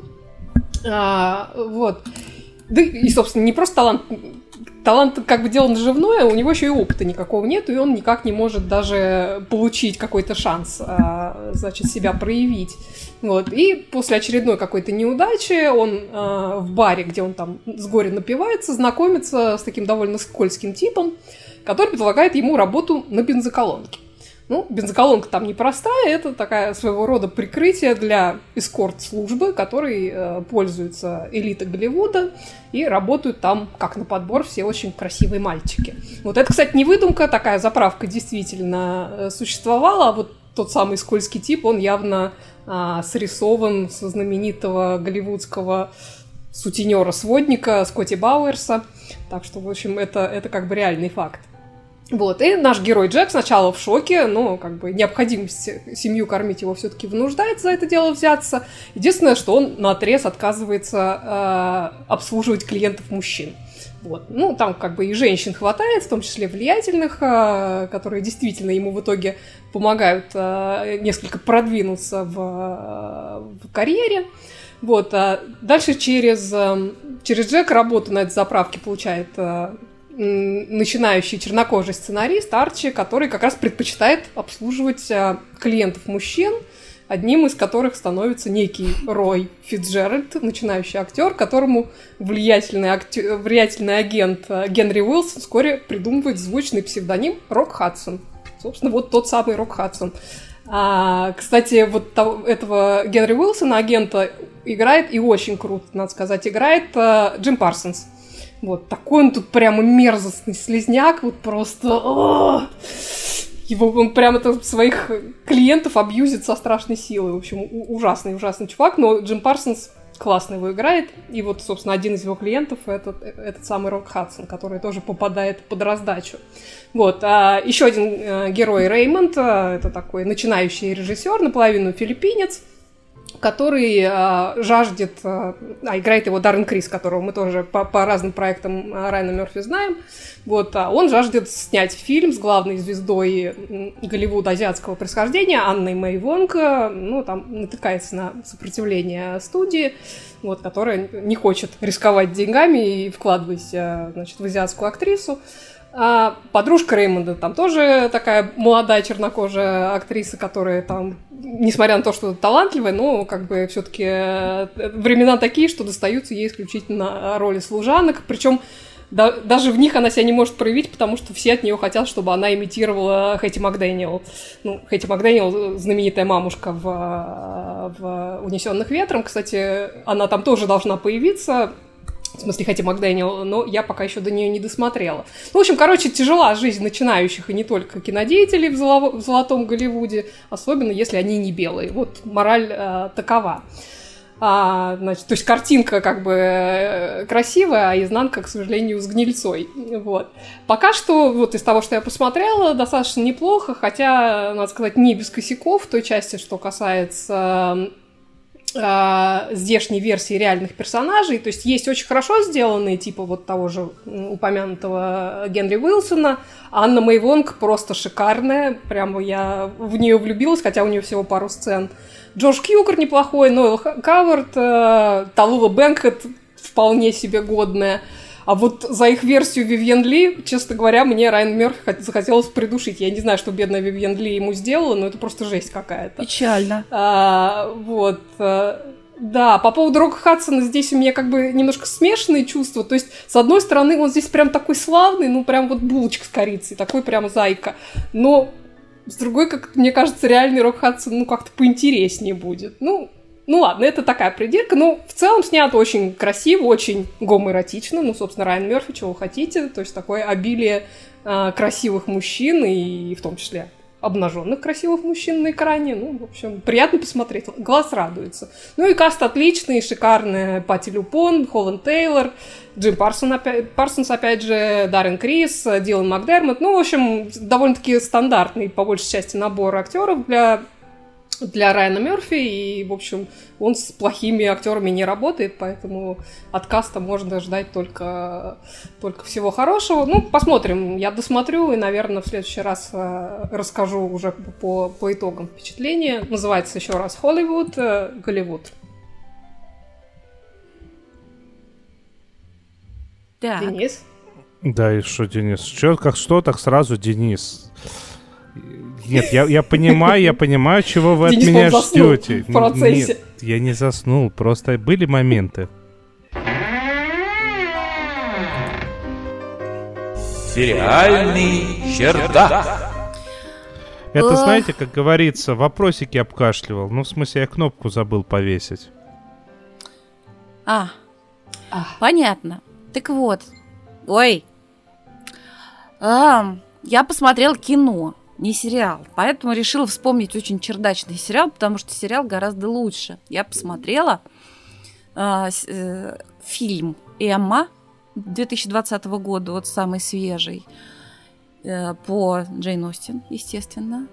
Вот. Да и, собственно, не просто талант. Талант как бы дело наживное, у него еще и опыта никакого нету, и он никак не может даже получить какой-то шанс, значит, себя проявить. Вот. И после очередной какой-то неудачи он в баре, где он там с горя напивается, знакомится с таким довольно скользким типом, который предлагает ему работу на бензоколонке. Ну, бензоколонка там непростая, это такая своего рода прикрытие для эскорт-службы, которой пользуются элита Голливуда, и работают там, как на подбор, все очень красивые мальчики. Вот это, кстати, не выдумка, такая заправка действительно существовала, а вот тот самый скользкий тип, он явно срисован со знаменитого голливудского сутенера-сводника Скотти Бауэрса, так что, в общем, это как бы реальный факт. Вот, и наш герой Джек сначала в шоке, но как бы необходимость семью кормить его все-таки вынуждает за это дело взяться. Единственное, что он наотрез отказывается обслуживать клиентов мужчин. Вот. Ну, там как бы и женщин хватает, в том числе влиятельных, которые действительно ему в итоге помогают несколько продвинуться в карьере. Вот. Дальше через Джека работу на этой заправке получает начинающий чернокожий сценарист Арчи, который как раз предпочитает обслуживать клиентов мужчин, одним из которых становится некий Рой Фицджеральд, начинающий актер, которому влиятельный агент Генри Уилсон вскоре придумывает звучный псевдоним Рок Хадсон. Собственно, вот тот самый Рок Хадсон. Кстати, вот этого Генри Уилсона, агента, играет, и очень круто, надо сказать, играет Джим Парсонс. Вот, такой он тут прямо мерзостный слизняк, вот просто... Он прямо своих клиентов абьюзит со страшной силой. В общем, ужасный чувак, но Джим Парсонс классно его играет. И вот, собственно, один из его клиентов — этот самый Рок Хадсон, который тоже попадает под раздачу. Вот. Еще один герой Реймонд, это такой начинающий режиссер, наполовину филиппинец, который жаждет... играет его Даррен Крис, которого мы тоже по разным проектам Райана Мерфи знаем. Вот, он жаждет снять фильм с главной звездой Голливуда азиатского происхождения Анной Мэй Вонг. Ну, там натыкается на сопротивление студии, вот, которая не хочет рисковать деньгами и вкладывать, значит, в азиатскую актрису. Подружка Реймонда там тоже такая молодая чернокожая актриса, которая там, несмотря на то, что талантливая, но как бы все-таки времена такие, что достаются ей исключительно роли служанок. Причем даже в них она себя не может проявить, потому что все от нее хотят, чтобы она имитировала Хэти Макдэниел. Ну, Хэти Макдэниел — знаменитая мамушка в «Унесенных ветром». Кстати, она там тоже должна появиться. В смысле, Хэти Макдэниел, но я пока еще до нее не досмотрела. Ну, в общем, короче, тяжела жизнь начинающих и не только кинодеятелей в золотом Голливуде, особенно если они не белые. Вот мораль такова. Значит, то есть картинка как бы красивая, а изнанка, к сожалению, с гнильцой. Вот. Пока что, вот из того, что я посмотрела, достаточно неплохо, хотя, надо сказать, не без косяков в той части, что касается здешней версии реальных персонажей. То есть есть очень хорошо сделанные, типа вот того же упомянутого Генри Уилсона. Анна Мэй Вонг просто шикарная. Прямо я в нее влюбилась, хотя у нее всего пару сцен. Джош Кьюкер неплохой, Ноэл Кавард, Талула Бэнкхэт вполне себе годная. А вот за их версию Вивьен Ли, честно говоря, мне Райан Мерфи захотелось придушить. Я не знаю, что бедная Вивьен Ли ему сделала, но это просто жесть какая-то. Печально. Да, по поводу Рока Хадсона здесь у меня как бы немножко смешанные чувства. То есть, с одной стороны, он здесь прям такой славный, ну прям вот булочка с корицей, такой прям зайка. Но с другой, как мне кажется, реальный Рок Хадсон, ну как-то поинтереснее будет. Ну ладно, это такая придирка. Но в целом снят очень красиво, очень гомоэротично. Ну, собственно, Райан Мерфи, чего вы хотите. То есть, такое обилие красивых мужчин и в том числе обнаженных красивых мужчин на экране. Ну, в общем, приятно посмотреть. Глаз радуется. Ну и каст отличный, шикарная Патти Люпон, Холланд Тейлор, Джим Парсонс, опять же, Даррен Крис, Дилан Макдермот. Ну, в общем, довольно-таки стандартный, по большей части, набор актеров для Райана Мерфи, и, в общем, он с плохими актерами не работает, поэтому от каста можно ждать только всего хорошего. Ну, посмотрим, я досмотрю, и, наверное, в следующий раз расскажу уже по итогам впечатления. Называется еще раз «Холливуд», «Голливуд». Так. Денис? Да, и что, Денис? Что так сразу, Денис? Нет, я понимаю, чего вы от Денис, меня он заснул ждете. в процессе. Нет, я не заснул, просто были моменты. Сериальный чердак. Это, знаете, как говорится, вопросики обкашливал. Ну, в смысле, я кнопку забыл повесить. Понятно. Так вот. Ой. Я посмотрела кино, не сериал. Поэтому решила вспомнить очень чердачный сериал, потому что сериал гораздо лучше. Я посмотрела фильм «Эмма» 2020 года, вот самый свежий, по Джейн Остин, естественно.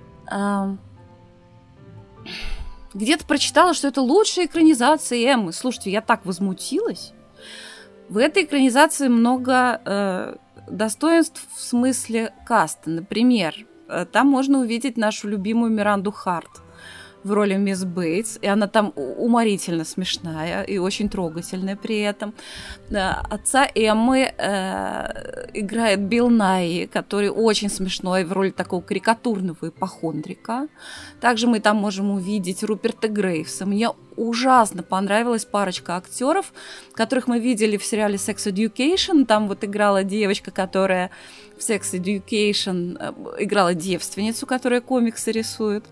Где-то прочитала, что это лучшая экранизация Эммы. Слушайте, я так возмутилась. В этой экранизации много достоинств в смысле каста. Например, там можно увидеть нашу любимую Миранду Харт в роли мисс Бейтс, и она там уморительно смешная и очень трогательная при этом. Отца Эммы играет Билл Найи, который очень смешной в роли такого карикатурного ипохондрика. Также мы там можем увидеть Руперта Грейвса. Мне ужасно понравилась парочка актеров, которых мы видели в сериале Sex Education. Там вот играла девочка, которая в Sex Education играла девственницу, которая комиксы рисует.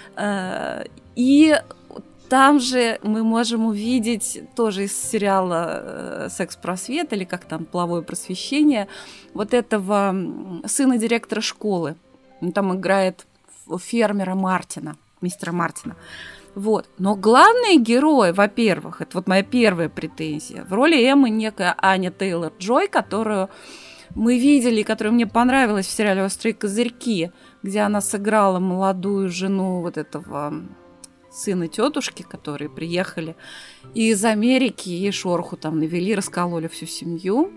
И там же мы можем увидеть тоже из сериала «Секс-просвет» или как там, «Половое просвещение», вот этого сына директора школы. Он там играет фермера Мартина, мистера Мартина. Вот. Но главные герои, во-первых, это вот моя первая претензия, в роли Эммы некая Аня Тейлор-Джой, которую мы видели, которая мне понравилась в сериале «Острые козырьки», где она сыграла молодую жену вот этого сына тетушки, которые приехали из Америки, ей шороху там навели, раскололи всю семью.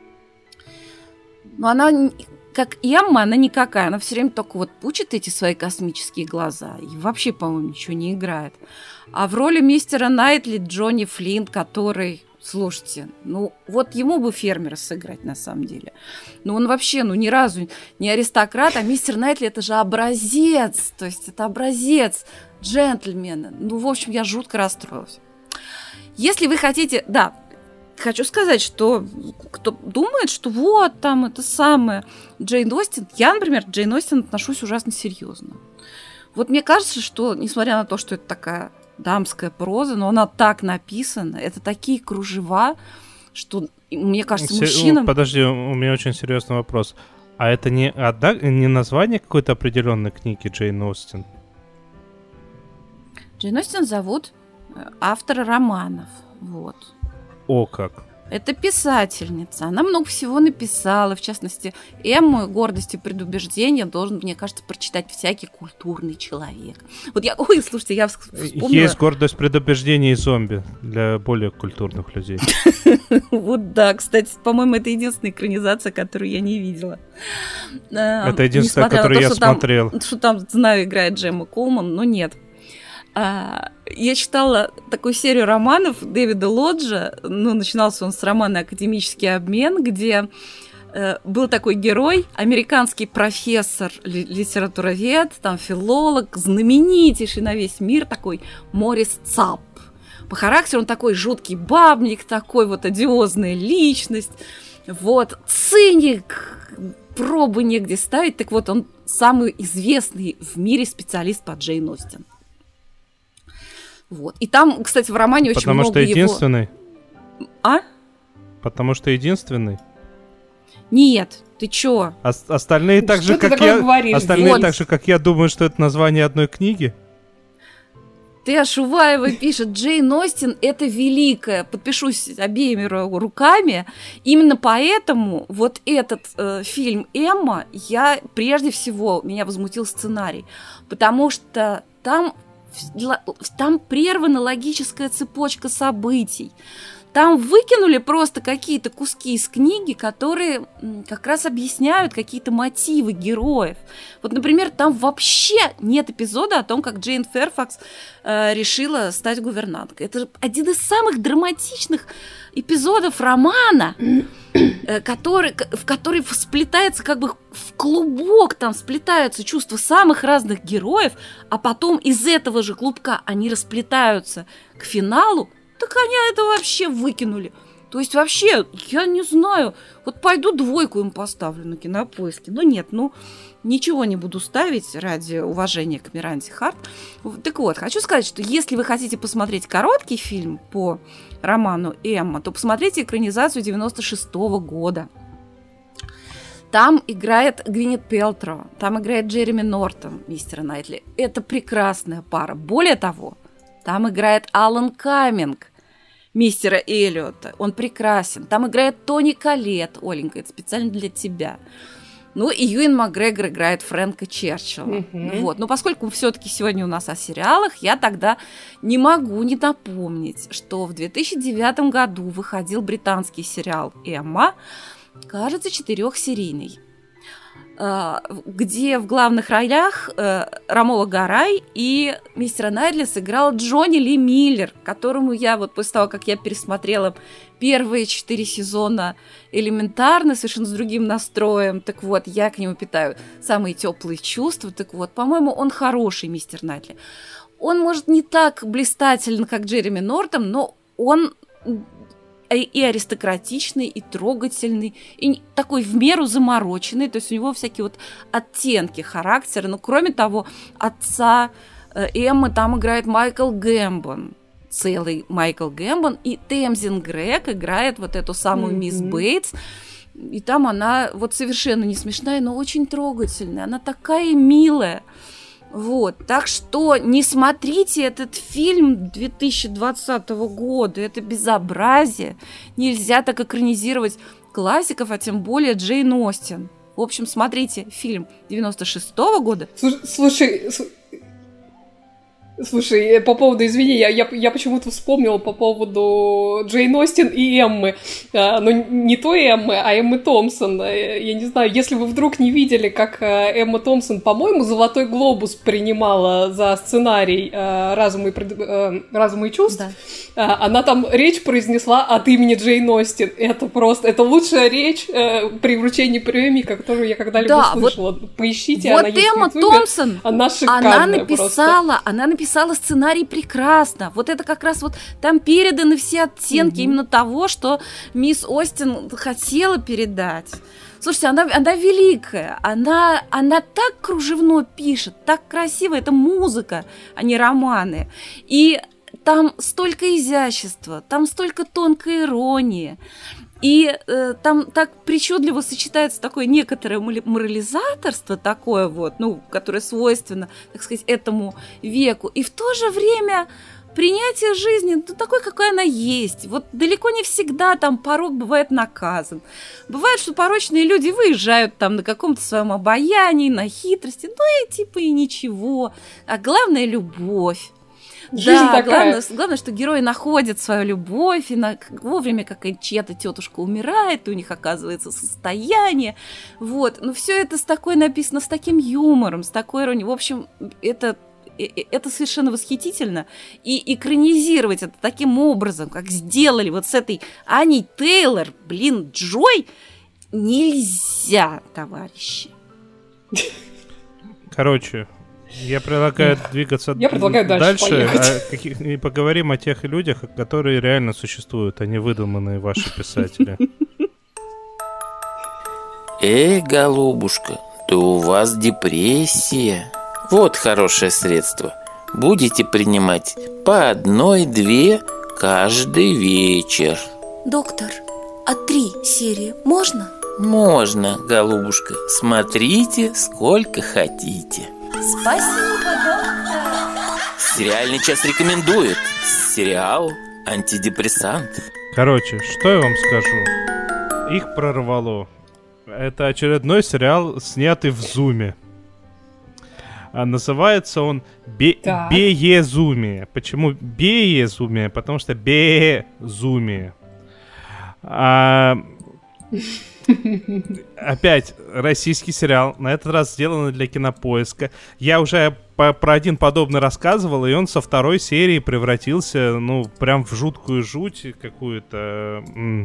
Но она, как Эмма, она никакая. Она все время только вот пучит эти свои космические глаза и вообще, по-моему, ничего не играет. А в роли мистера Найтли Джонни Флинн, который... Слушайте, ну вот ему бы фермера сыграть на самом деле. Но он вообще, ни разу не аристократ, а мистер Найтли это же образец. То есть это образец джентльмена. Ну, в общем, я жутко расстроилась. Если вы хотите... Да, хочу сказать, что кто думает, что вот там это самое Джейн Остин... Я, например, к Джейн Остин отношусь ужасно серьезно. Вот мне кажется, что, несмотря на то, что это такая... дамская проза, но она так написана, это такие кружева, что, мне кажется, мужчинам... Подожди, у меня очень серьезный вопрос. А это не название какой-то определенной книги Джейн Остин? Джейн Остин зовут автора романов, вот. О, как! Это писательница, она много всего написала, в частности, Эмму, «Гордость и предубеждение» должен, мне кажется, прочитать всякий культурный человек. Вот я, ой, слушайте, я вспомнила... Есть «Гордость, предубеждение» и «Зомби» для более культурных людей. Вот да, кстати, по-моему, это единственная экранизация, которую я не видела. Это единственная, которую я смотрел. Что там, знаю, играет Джемма Колман, но нет. Я читала такую серию романов Дэвида Лоджа, начинался он с романа «Академический обмен», где был такой герой, американский профессор, литературовед, там филолог, знаменитейший на весь мир такой Морис Цапп. По характеру он такой жуткий бабник, такой вот одиозная личность, вот, циник, пробы негде ставить. Так вот, он самый известный в мире специалист по Джейн Остин. Вот. И там, кстати, в романе очень много его... Потому что единственный? А? Потому что единственный? Нет, ты чё? Остальные так же, как я... Остальные так же, как я, думаю, что это название одной книги? Т. Шуваева пишет: Джейн Остин — это великая. Подпишусь обеими руками. Именно поэтому вот этот фильм «Эмма», прежде всего, меня возмутил сценарий. Потому что там прервана логическая цепочка событий. Там выкинули просто какие-то куски из книги, которые как раз объясняют какие-то мотивы героев. Вот, например, там вообще нет эпизода о том, как Джейн Фэрфакс решила стать гувернанткой. Это один из самых драматичных эпизодов романа, в который сплетается как бы в клубок, там сплетаются чувства самых разных героев, а потом из этого же клубка они расплетаются к финалу. Так они это вообще выкинули. То есть вообще, я не знаю, вот пойду 2 им поставлю на Кинопоиске. Нет, ничего не буду ставить ради уважения к Миранде Харт. Так вот, хочу сказать, что если вы хотите посмотреть короткий фильм по роману «Эмма», то посмотрите экранизацию 96-го года. Там играет Гвинет Пэлтроу, там играет Джереми Нортон, мистера Найтли. Это прекрасная пара. Более того, там играет Алан Каминг, мистера Эллиота. Он прекрасен. Там играет Тони Коллетт. Оленька, это специально для тебя. И Юэн Макгрегор играет Фрэнка Черчилла. Вот. Но поскольку все-таки сегодня у нас о сериалах, я тогда не могу не напомнить, что в 2009 году выходил британский сериал «Эмма», кажется, 4-серийный, где в главных ролях Ромола Гарай и мистера Найтли сыграл Джонни Ли Миллер, которому я вот после того, как я пересмотрела первые 4 сезона элементарно, совершенно с другим настроем, так вот, я к нему питаю самые теплые чувства, так вот, по-моему, он хороший мистер Найтли. Он, может, не так блистателен, как Джереми Нортон, но он и аристократичный, и трогательный, и такой в меру замороченный, то есть у него всякие вот оттенки характера. Но кроме того, отца Эммы там играет Майкл Гэмбон, целый Майкл Гэмбон, и Темзин Грег играет вот эту самую мисс Бейтс, и там она вот совершенно не смешная, но очень трогательная, она такая милая. Вот, так что не смотрите этот фильм 2020 года, это безобразие. Нельзя так экранизировать классиков, а тем более Джейн Остин. В общем, смотрите фильм 96-го года. Слушай, по поводу, извини, я почему-то вспомнила по поводу Джейн Остин и Эммы. Но не той Эммы, а Эммы Томпсон. Я не знаю, если вы вдруг не видели, как Эмма Томпсон, по-моему, «Золотой глобус» принимала за сценарий «Разум и чувств», да. Она там речь произнесла от имени Джейн Остин. Это просто, это лучшая речь при вручении премии, которую я когда-либо слышала. Вот, поищите, вот она есть Эмма в Ютубе. Томпсон, она шикарная она написала сценарий прекрасно. Вот это как раз вот там переданы все оттенки именно того, что мисс Остин хотела передать. Слушайте, она великая, она так кружевно пишет, так красиво, это музыка, а не романы. И там столько изящества, там столько тонкой иронии. И там так причудливо сочетается такое некоторое морализаторство, такое вот, которое свойственно, так сказать, этому веку. И в то же время принятие жизни такой, какой она есть. Вот далеко не всегда там порок бывает наказан. Бывает, что порочные люди выезжают там на каком-то своем обаянии, на хитрости, и ничего. А главное — любовь. Жизнь такая. Главное, что герои находят свою любовь, и вовремя, как чья-то тетушка умирает, и у них оказывается состояние. Вот. Но все это написано с таким юмором, с такой иронией. В общем, это это совершенно восхитительно. И экранизировать это таким образом, как сделали вот с этой Аней Тейлор, Джой, нельзя, товарищи. Короче, я предлагаю двигаться дальше и поговорим о тех людях, которые реально существуют, а не выдуманные ваши писатели. Голубушка, да у вас депрессия. Вот хорошее средство. Будете принимать по 1-2 каждый вечер. Доктор, а 3 серии можно? Можно, голубушка. Смотрите, сколько хотите. Спасибо, доктор. Сериальный час рекомендует. Сериал «Антидепрессант». Короче, что я вам скажу? Их прорвало. Это очередной сериал, снятый в Зуме. Называется он Безумие. Почему Безумие? Потому что Безумие. Опять российский сериал, на этот раз сделанный для Кинопоиска. Я уже про один подобный рассказывал, и он со 2 серии превратился, прям в жуткую жуть какую-то.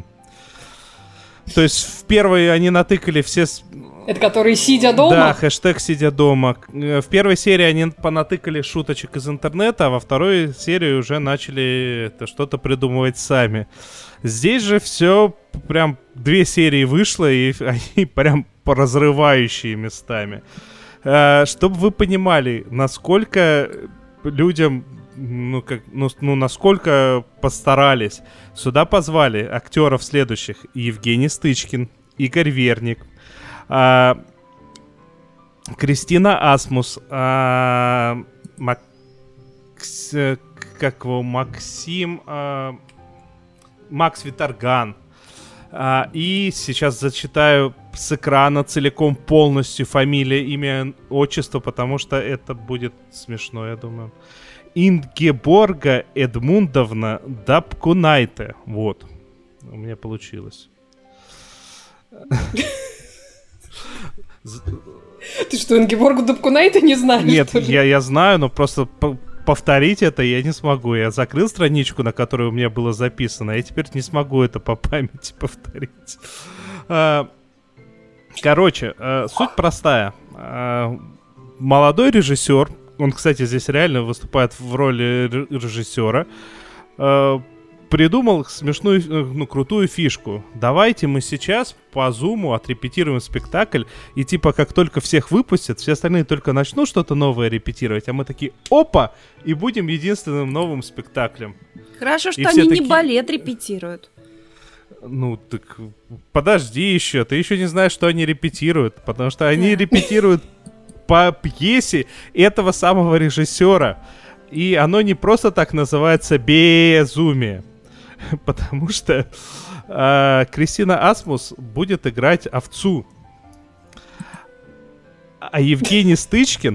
То есть в первой они натыкали все... Это которые сидя дома? Да, хэштег «сидя дома». В первой серии они понатыкали шуточек из интернета, а во 2 серии уже начали что-то придумывать сами. Здесь же все прям 2 серии вышло, и они прям разрывающие местами. Чтобы вы понимали, насколько людям... насколько постарались. Сюда позвали актеров следующих: Евгений Стычкин, Игорь Верник, Кристина Асмус, Макс Виторган. И сейчас зачитаю с экрана целиком полностью фамилия, имя, отчество, потому что это будет смешно, я думаю. Ингеборга Эдмундовна Дапкунайте. Вот. У меня получилось. Ты что, Ингеборгу Дапкунайте не знаешь? Нет, я знаю, но просто повторить это я не смогу. Я закрыл страничку, на которой у меня было записано, и теперь не смогу это по памяти повторить. Короче, суть простая. Молодой режиссер, он, кстати, здесь реально выступает в роли режиссера, придумал смешную, крутую фишку. Давайте мы сейчас по зуму отрепетируем спектакль, и типа как только всех выпустят, все остальные только начнут что-то новое репетировать, а мы такие опа, и будем единственным новым спектаклем. Хорошо, что они не балет репетируют. Так подожди еще, ты еще не знаешь, что они репетируют, потому что они репетируют по пьесе этого самого режиссера. И оно не просто так называется «Безумие», потому что Кристина Асмус будет играть овцу, а Евгений Стычкин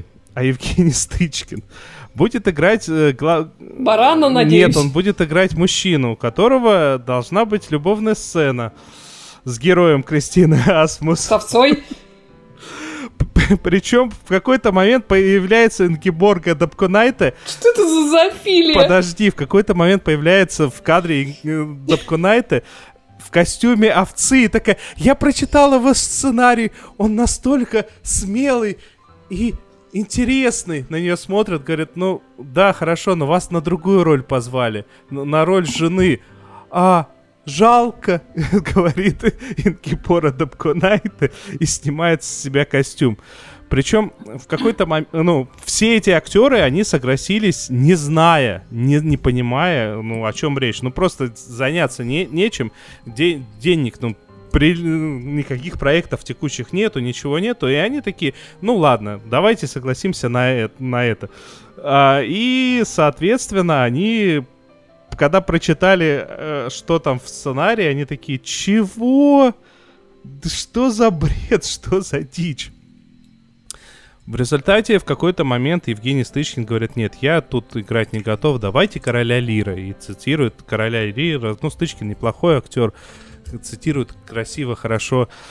будет играть... Барана, надеюсь? Нет, он будет играть мужчину, у которого должна быть любовная сцена с героем Кристины Асмус. С овцой? Причем в какой-то момент появляется Ингеборга Дапкунайте. Что это за зоофилия? Подожди, в какой-то момент появляется в кадре Дапкунайте в костюме овцы и такая: я прочитала ваш сценарий, он настолько смелый и интересный. На нее смотрят, говорят: да, хорошо, но вас на другую роль позвали, на роль жены. Жалко, говорит Ингеборга Дапкунайте и снимает с себя костюм. Причем в какой-то момент, все эти актеры, они согласились, не зная, не понимая, о чем речь. Просто заняться нечем, денег, никаких проектов текущих нету, ничего нету, и они такие: ладно, давайте согласимся на это. И, соответственно, они... Когда прочитали, что там в сценарии, они такие: чего? Да что за бред, что за дичь? В результате в какой-то момент Евгений Стычкин говорит: нет, я тут играть не готов, давайте Короля Лира. И цитирует Короля Лира. Стычкин неплохой актер, цитирует красиво, хорошо.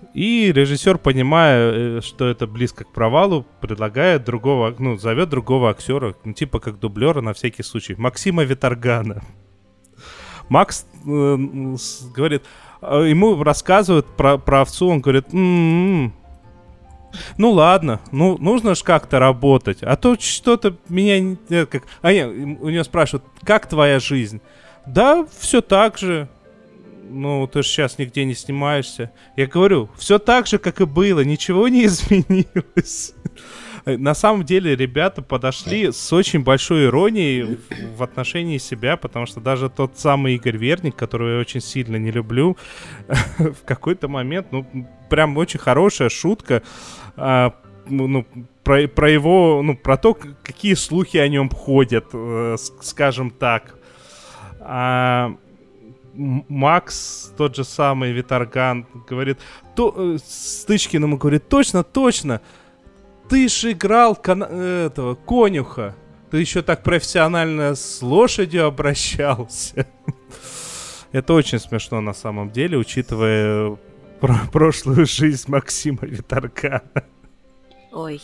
И режиссер, понимая, что это близко к провалу, предлагает другого, зовет другого актера, типа как дублера на всякий случай, Максима Виторгана. Макс говорит, ему рассказывают про овцу, он говорит, ну ладно, нужно же как-то работать, а то что-то меня... у него спрашивают, как твоя жизнь? Да, все так же. Ты же сейчас нигде не снимаешься. Я говорю, все так же, как и было, ничего не изменилось. На самом деле ребята подошли с очень большой иронией в отношении себя, потому что даже тот самый Игорь Верник, которого я очень сильно не люблю, в какой-то момент, прям очень хорошая шутка, про его, про то, какие слухи о нем ходят, скажем так. Макс, тот же самый Виторган, говорит, Стычкин ему говорит, точно, ты же играл этого конюха, ты еще так профессионально с лошадью обращался. Это очень смешно на самом деле, учитывая прошлую жизнь Максима Виторгана. Ой.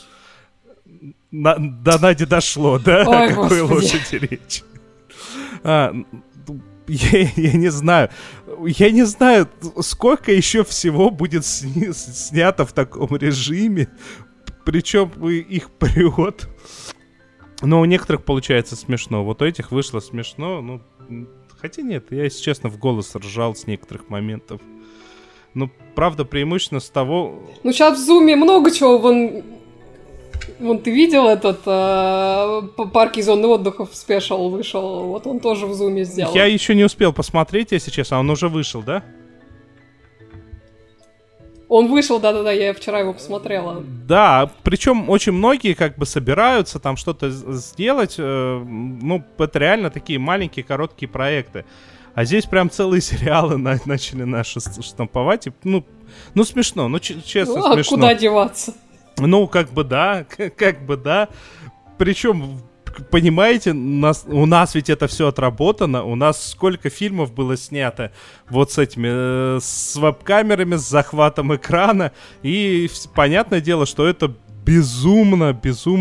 До Нади дошло, да? Ой, о какой лошади речь? Я не знаю, сколько еще всего будет снято в таком режиме, причем их прет. Но у некоторых получается смешно. Вот у этих вышло смешно, хотя нет, я, если честно, в голос ржал с некоторых моментов. Правда, преимущественно с того... сейчас в Зуме много чего, Вон ты видел этот парк и зоны отдыха в спешл вышел, вот он тоже в Зуме сделал. Я еще не успел посмотреть, если честно, он уже вышел, да? Он вышел, да-да-да, я вчера его посмотрела. Да, причем очень многие как бы собираются там что-то сделать, это реально такие маленькие короткие проекты. А здесь прям целые сериалы начали наши штамповать, смешно, честно смешно. А куда деваться? Как бы да. Причем, понимаете, у нас ведь это все отработано. У нас сколько фильмов было снято вот с этими, с веб-камерами, с захватом экрана. И понятное дело, что это безумно...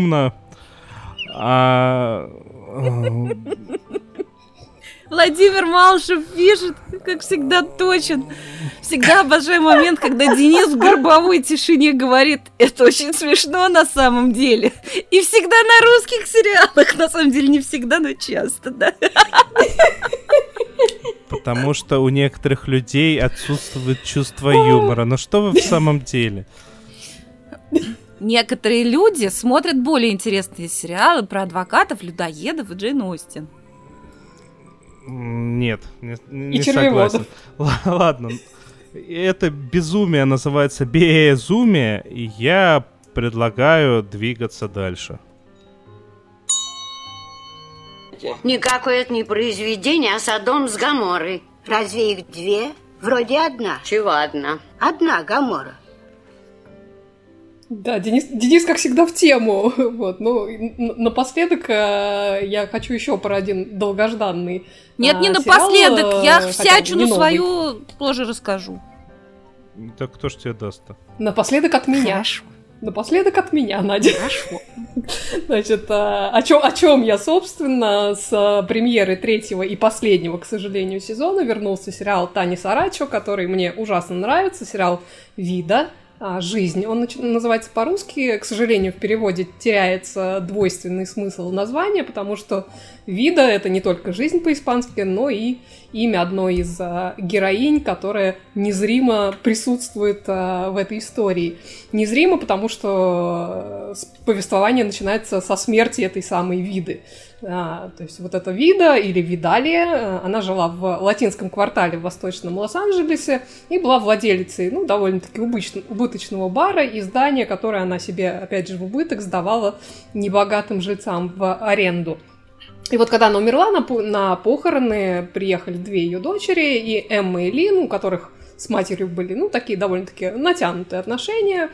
Владимир Малышев пишет, как всегда, точен. Всегда обожаю момент, когда Денис в гробовой тишине говорит, это очень смешно на самом деле. И всегда на русских сериалах. На самом деле не всегда, но часто, да. Потому что у некоторых людей отсутствует чувство юмора. Но что вы в самом деле? Некоторые люди смотрят более интересные сериалы про адвокатов, людоедов и Джейн Остин. Нет, не согласен. Ладно, это безумие называется безумие, и я предлагаю двигаться дальше. Никакое это не произведение, а Содом с Гоморрой. Разве их две? Вроде одна. Чего одна? Одна Гоморра. Да, Денис, как всегда, в тему. Напоследок я хочу еще про один долгожданный Нет, не напоследок, я всячину свою тоже расскажу. Так кто ж тебе даст-то? Напоследок от меня. Хорошо. Напоследок от меня, Надя. Хорошо. Значит, о чем я, собственно, с премьеры третьего и последнего, к сожалению, сезона вернулся сериал Тани Сарачо, который мне ужасно нравится, сериал «Вида». «Жизнь». Он называется по-русски, к сожалению, в переводе теряется двойственный смысл названия, потому что «Вида» — это не только жизнь по-испански, но и имя одной из героинь, которая незримо присутствует в этой истории. Незримо, потому что повествование начинается со смерти этой самой Виды. То есть вот эта Вида или Видалия, она жила в латинском квартале в восточном Лос-Анджелесе и была владелицей, довольно-таки убыточного бара и здания, которое она себе, опять же, в убыток сдавала небогатым жильцам в аренду. И вот когда она умерла, на похороны приехали две ее дочери, и Эмма и Лин, у которых с матерью были, такие довольно-таки натянутые отношения.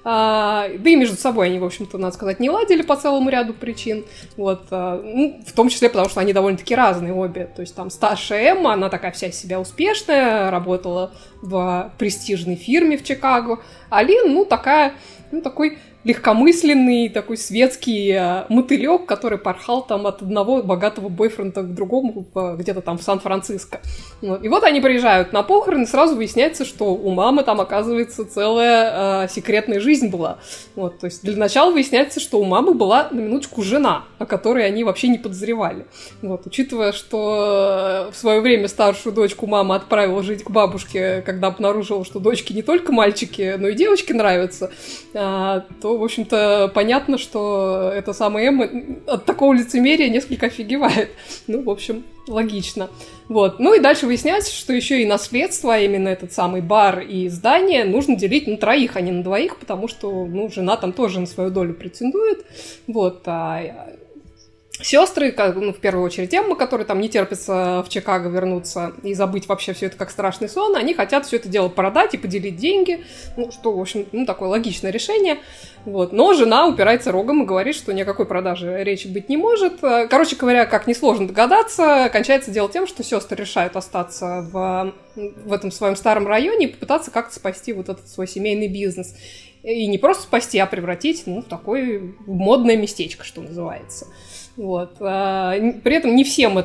Да и между собой они, в общем-то, надо сказать, не ладили по целому ряду причин. Вот, ну, в том числе потому, что они довольно-таки разные обе. То есть там старшая Эмма, она такая вся из себя успешная, работала в престижной фирме в Чикаго. А Лин, ну, такой легкомысленный, такой светский мотылек, который порхал там от одного богатого бойфренда к другому где-то там в Сан-Франциско. Вот. И вот они приезжают на похороны, и сразу выясняется, что у мамы там, оказывается, целая секретная жизнь была. Вот. То есть для начала выясняется, что у мамы была, на минуточку, жена, о которой они вообще не подозревали. Вот. Учитывая, что в свое время старшую дочку мама отправила жить к бабушке, когда обнаружила, что дочке не только мальчики, но и девочки нравятся, то, в общем-то, понятно, что эта самая Эмма от такого лицемерия несколько офигевает. Ну, в общем, логично. Вот. Ну и дальше выясняется, что еще и наследство, а именно этот самый бар и здание, нужно делить на 3, а не на 2, потому что, ну, жена там тоже на свою долю претендует. Вот. Сестры, ну, в первую очередь Эмма, которые там не терпится в Чикаго вернуться и забыть вообще все это как страшный сон, они хотят все это дело продать и поделить деньги, ну, что, в общем, ну, такое логичное решение. Вот. Но жена упирается рогом и говорит, что ни о какой продаже речи быть не может. Короче говоря, как несложно догадаться, кончается дело тем, что сестры решают остаться в этом своем старом районе и попытаться как-то спасти вот этот свой семейный бизнес. И не просто спасти, а превратить, ну, в такое модное местечко, что называется. Вот. При этом не всем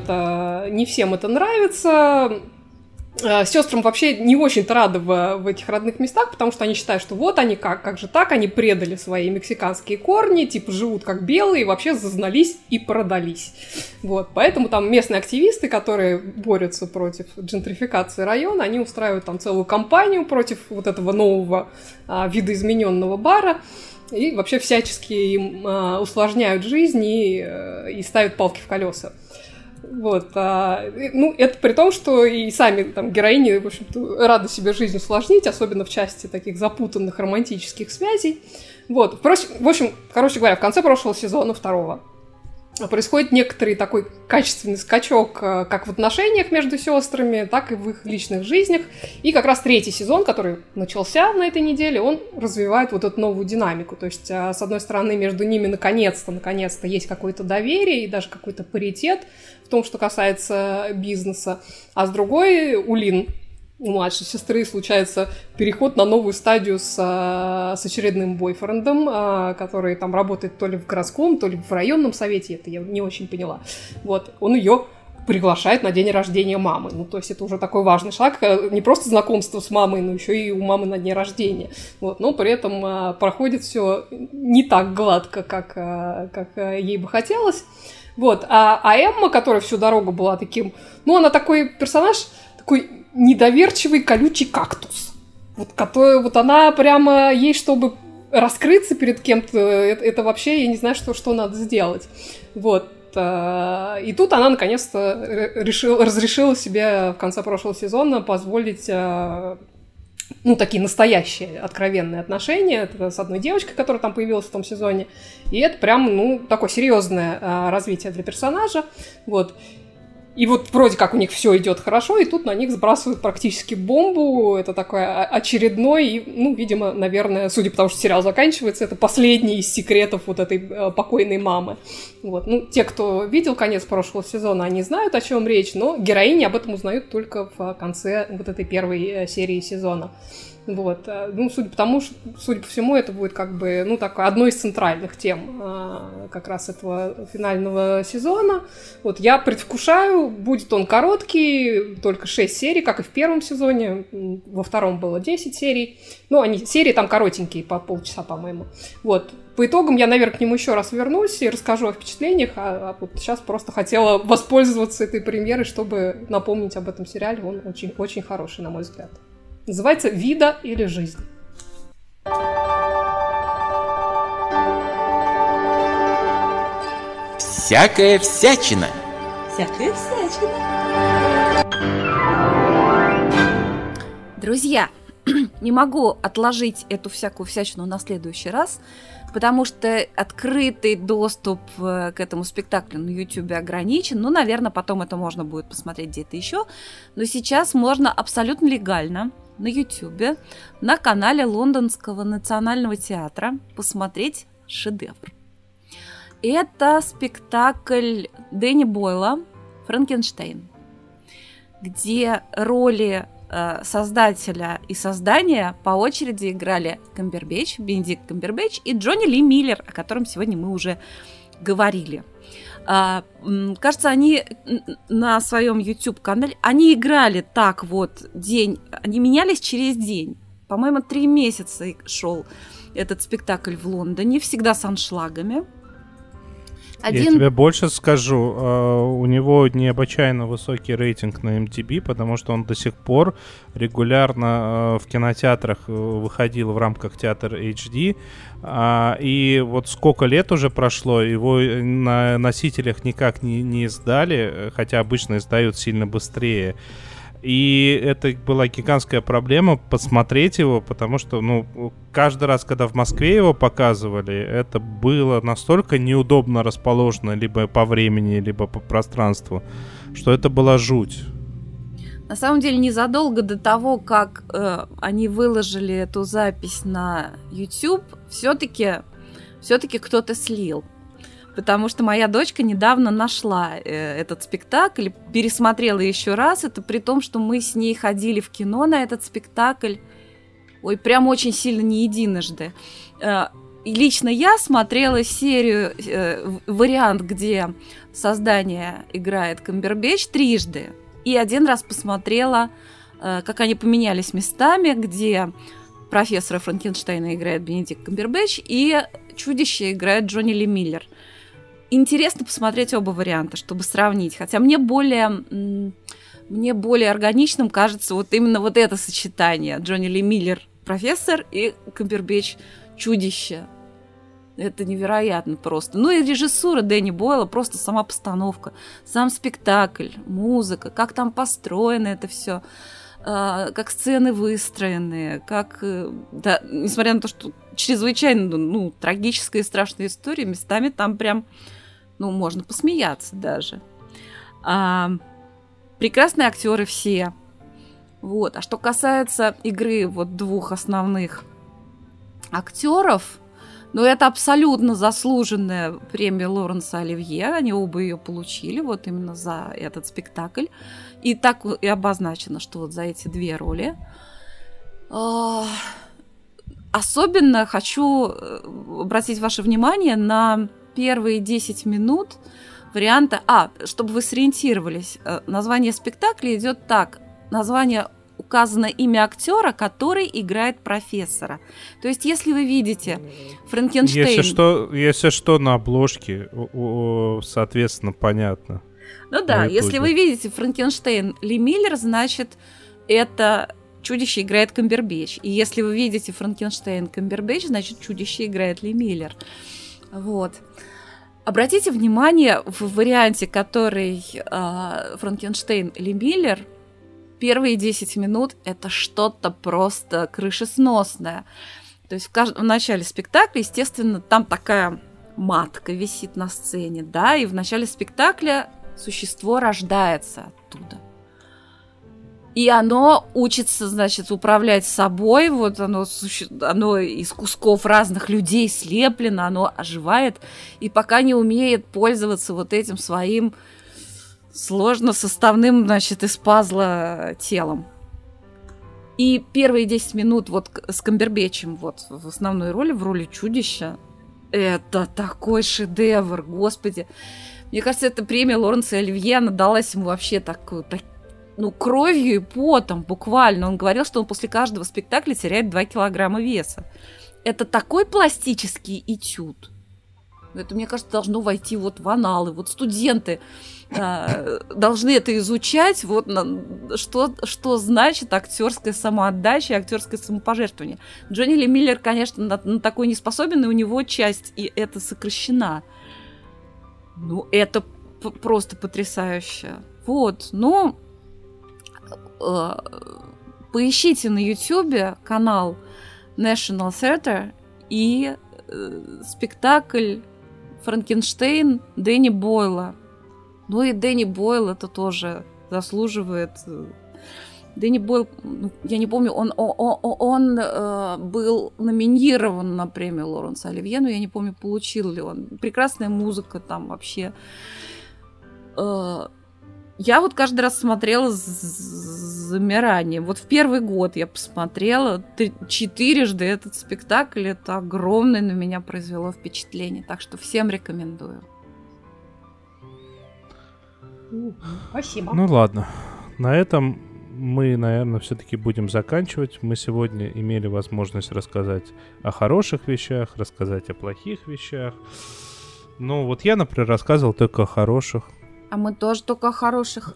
это нравится. Сестрам вообще не очень-то рады в этих родных местах, потому что они считают, что вот они как же так, они предали свои мексиканские корни, типа живут как белые, вообще зазнались и продались. Вот. Поэтому там местные активисты, которые борются против джентрификации района, они устраивают там целую кампанию против вот этого нового видоизмененного бара. И вообще всячески им усложняют жизнь и ставят палки в колеса. Вот. Ну, это при том, что и сами там героини, в общем-то, рады себе жизнь усложнить, особенно в части таких запутанных романтических связей. Вот. В общем, короче говоря, в конце прошлого сезона, 2, происходит некоторый такой качественный скачок как в отношениях между сестрами, так и в их личных жизнях. И как раз 3 сезон, который начался на этой неделе, он развивает вот эту новую динамику. То есть, с одной стороны, между ними наконец-то есть какое-то доверие и даже какой-то паритет в том, что касается бизнеса. А с другой, у Лин, у младшей сестры, случается переход на новую стадию с очередным бойфрендом, который там работает то ли в городском, то ли в районном совете, это я не очень поняла. Вот, он ее приглашает на день рождения мамы. Ну, то есть это уже такой важный шаг, не просто знакомство с мамой, но еще и у мамы на дне рождения. Вот, но при этом проходит все не так гладко, как ей бы хотелось. Вот, а Эмма, которая всю дорогу была таким, ну, она такой персонаж, такой недоверчивый колючий кактус. Вот она прямо ей, чтобы раскрыться перед кем-то, это вообще, я не знаю, что надо сделать. Вот. И тут она наконец-то разрешила себе в конце прошлого сезона позволить ну, такие настоящие, откровенные отношения. Это с одной девочкой, которая там появилась в том сезоне. И это прям, ну, такое серьезное развитие для персонажа. Вот. И вот вроде как у них все идет хорошо, и тут на них сбрасывают практически бомбу. Это такой очередной, ну, видимо, наверное, судя по тому, что сериал заканчивается, это последний из секретов вот этой покойной мамы. Вот. Ну, те, кто видел конец прошлого сезона, они знают, о чем речь, но героини об этом узнают только в конце вот этой первой серии сезона. Вот. Ну, судя по всему, это будет как бы, ну, такой одной из центральных тем как раз этого финального сезона. Вот, я предвкушаю, будет он короткий, только 6 серий, как и в первом сезоне, во втором было 10 серий. Ну, серии там коротенькие, по полчаса, по-моему. Вот. По итогам я, наверное, к нему еще раз вернусь и расскажу о впечатлениях, а вот сейчас просто хотела воспользоваться этой премьерой, чтобы напомнить об этом сериале. Он очень-очень хороший, на мой взгляд. Называется «Вида или жизнь». Всякая всячина. Всякая всячина. Друзья, не могу отложить эту всякую всячину на следующий раз, потому что открытый доступ к этому спектаклю на YouTube ограничен. Ну, наверное, потом это можно будет посмотреть где-то еще. Но сейчас можно абсолютно легально на YouTube на канале Лондонского национального театра посмотреть шедевр. Это спектакль Дэнни Бойла «Франкенштейн», где роли создателя и создания по очереди играли Бенедикт Камбербэтч и Джонни Ли Миллер, о котором сегодня мы уже говорили. Кажется, они на своем YouTube-канале, они играли так вот день, они менялись через день. По-моему, 3 месяца шел этот спектакль в Лондоне, всегда с аншлагами. Я тебе больше скажу, у него необычайно высокий рейтинг на MDB, потому что он до сих пор регулярно в кинотеатрах выходил в рамках театра HD, и вот сколько лет уже прошло, его на носителях никак не издали, хотя обычно издают сильно быстрее. И это была гигантская проблема посмотреть его, потому что, каждый раз, когда в Москве его показывали, это было настолько неудобно расположено либо по времени, либо по пространству, что это была жуть. На самом деле, незадолго до того, как они выложили эту запись на YouTube, все-таки кто-то слил. Потому что моя дочка недавно нашла этот спектакль, пересмотрела еще раз. Это при том, что мы с ней ходили в кино на этот спектакль. Ой, прям очень сильно не единожды. И лично я смотрела серию, вариант, где создание играет Камбербэтч, 3 раза. И 1 раз посмотрела, как они поменялись местами, где профессора Франкенштейна играет Бенедикт Камбербэтч и чудище играет Джонни Ли Миллер. Интересно посмотреть оба варианта, чтобы сравнить. Хотя мне более органичным кажется вот именно вот это сочетание. Джонни Ли Миллер профессор и Камбербэтч чудище. Это невероятно просто. Ну и режиссура Дэнни Бойла, просто сама постановка, сам спектакль, музыка, как там построено это все, как сцены выстроены, как, да, несмотря на то, что чрезвычайно, трагическая и страшная история, местами там прям, можно посмеяться даже. Прекрасные актеры все. Вот. А что касается игры вот 2 основных актеров, это абсолютно заслуженная премия Лоренса Оливье. Они оба ее получили вот именно за этот спектакль. И так и обозначено, что вот за эти 2 роли. Особенно хочу обратить ваше внимание на первые 10 минут варианта... чтобы вы сориентировались, название спектакля идет так. Название указано имя актера, который играет профессора. То есть, если вы видите Франкенштейн... Если что, на обложке, соответственно, понятно. Если вы видите Франкенштейн Ли Миллер, значит, это чудище играет Камбербэтч. И если вы видите Франкенштейн Камбербэтч, значит, чудище играет Ли Миллер. Вот. Обратите внимание, в варианте, который Франкенштейн Ли Миллер, первые 10 минут это что-то просто крышесносное. То есть в начале спектакля, естественно, там такая матка висит на сцене, да, и в начале спектакля существо рождается оттуда. И оно учится, значит, управлять собой, вот оно из кусков разных людей слеплено, оно оживает, и пока не умеет пользоваться вот этим своим сложно составным, значит, из пазла телом. И первые 10 минут вот с Камбербэтчем вот в основной роли, в роли чудища, это такой шедевр, господи. Мне кажется, эта премия Лоренса Оливье, она далась ему вообще кровью и потом, буквально. Он говорил, что он после каждого спектакля теряет 2 килограмма веса. Это такой пластический этюд. Это, мне кажется, должно войти вот в аналы. Вот студенты должны это изучать, вот что значит актерская самоотдача, актерское самопожертвование. Джонни Ли Миллер, конечно, на такой не способен, и у него часть и это сокращена. Это просто потрясающе. Вот, поищите на YouTube канал National Theatre и спектакль Франкенштейн Дэнни Бойла. И Дэнни Бойл это тоже заслуживает Дэнни Бойл, я не помню, он был номинирован на премию Лоренса Оливье, но я не помню, получил ли он. Прекрасная музыка там вообще. Я вот каждый раз смотрела с замиранием. Вот в первый год я посмотрела 4-жды этот спектакль. Это огромное на меня произвело впечатление. Так что всем рекомендую. Спасибо. Ну ладно. На этом мы, наверное, все-таки будем заканчивать. Мы сегодня имели возможность рассказать о хороших вещах, рассказать о плохих вещах. Ну вот я, например, рассказывал только о хороших. А мы тоже только о хороших.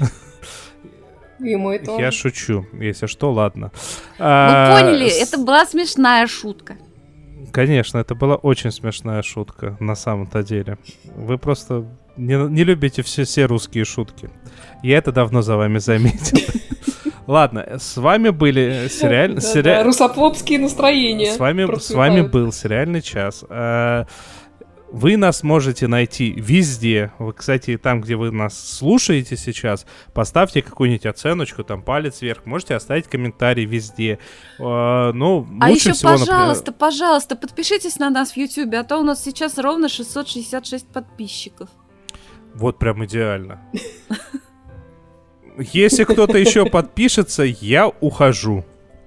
И мы тоже. Я шучу, если что, ладно. Вы поняли, это была смешная шутка. Конечно, это была очень смешная шутка, на самом-то деле. Вы просто не любите все русские шутки. Я это давно за вами заметил. Ладно, с вами были русофобские настроения. С вами был сериальный час. Вы нас можете найти везде. Вы, кстати, там, где вы нас слушаете сейчас, поставьте какую-нибудь оценочку, там палец вверх. Можете оставить комментарий везде. Ну, а лучше еще, всего, пожалуйста, подпишитесь на нас в YouTube, а то у нас сейчас ровно 666 подписчиков. Вот прям идеально. Если кто-то еще подпишется, я ухожу.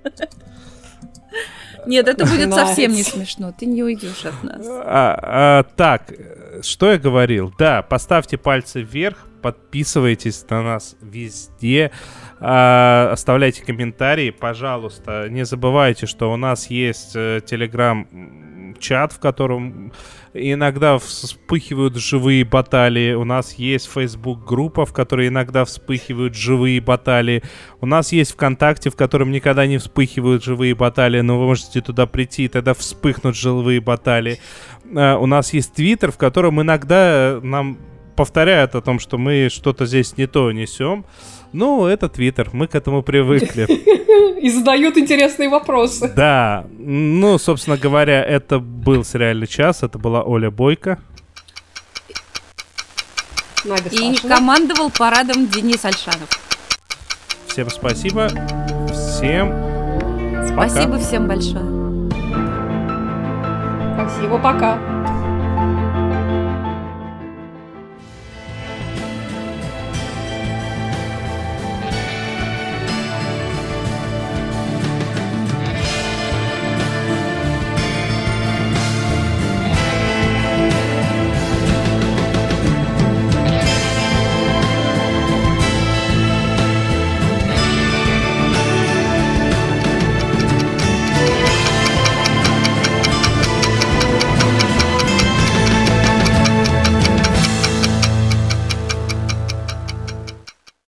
Нет, это будет совсем не смешно. Ты не уйдешь от нас. Так, что я говорил? Да, поставьте пальцы вверх, подписывайтесь на нас везде, оставляйте комментарии, пожалуйста. Не забывайте, что у нас есть телеграм-чат, в котором иногда вспыхивают живые баталии. У нас есть Facebook-группа, в которой иногда вспыхивают живые баталии. У нас есть ВКонтакте, в котором никогда не вспыхивают живые баталии, но вы можете туда прийти, и тогда вспыхнут живые баталии. У нас есть Твиттер, в котором иногда нам повторяют о том, что мы что-то здесь не то несем. Ну, это Твиттер, мы к этому привыкли. И задают интересные вопросы. Да, ну, собственно говоря, это был сериальный час, это была Оля Бойко. И командовал парадом Денис Альшанов. Всем спасибо, всем спасибо, всем большое. Спасибо, пока.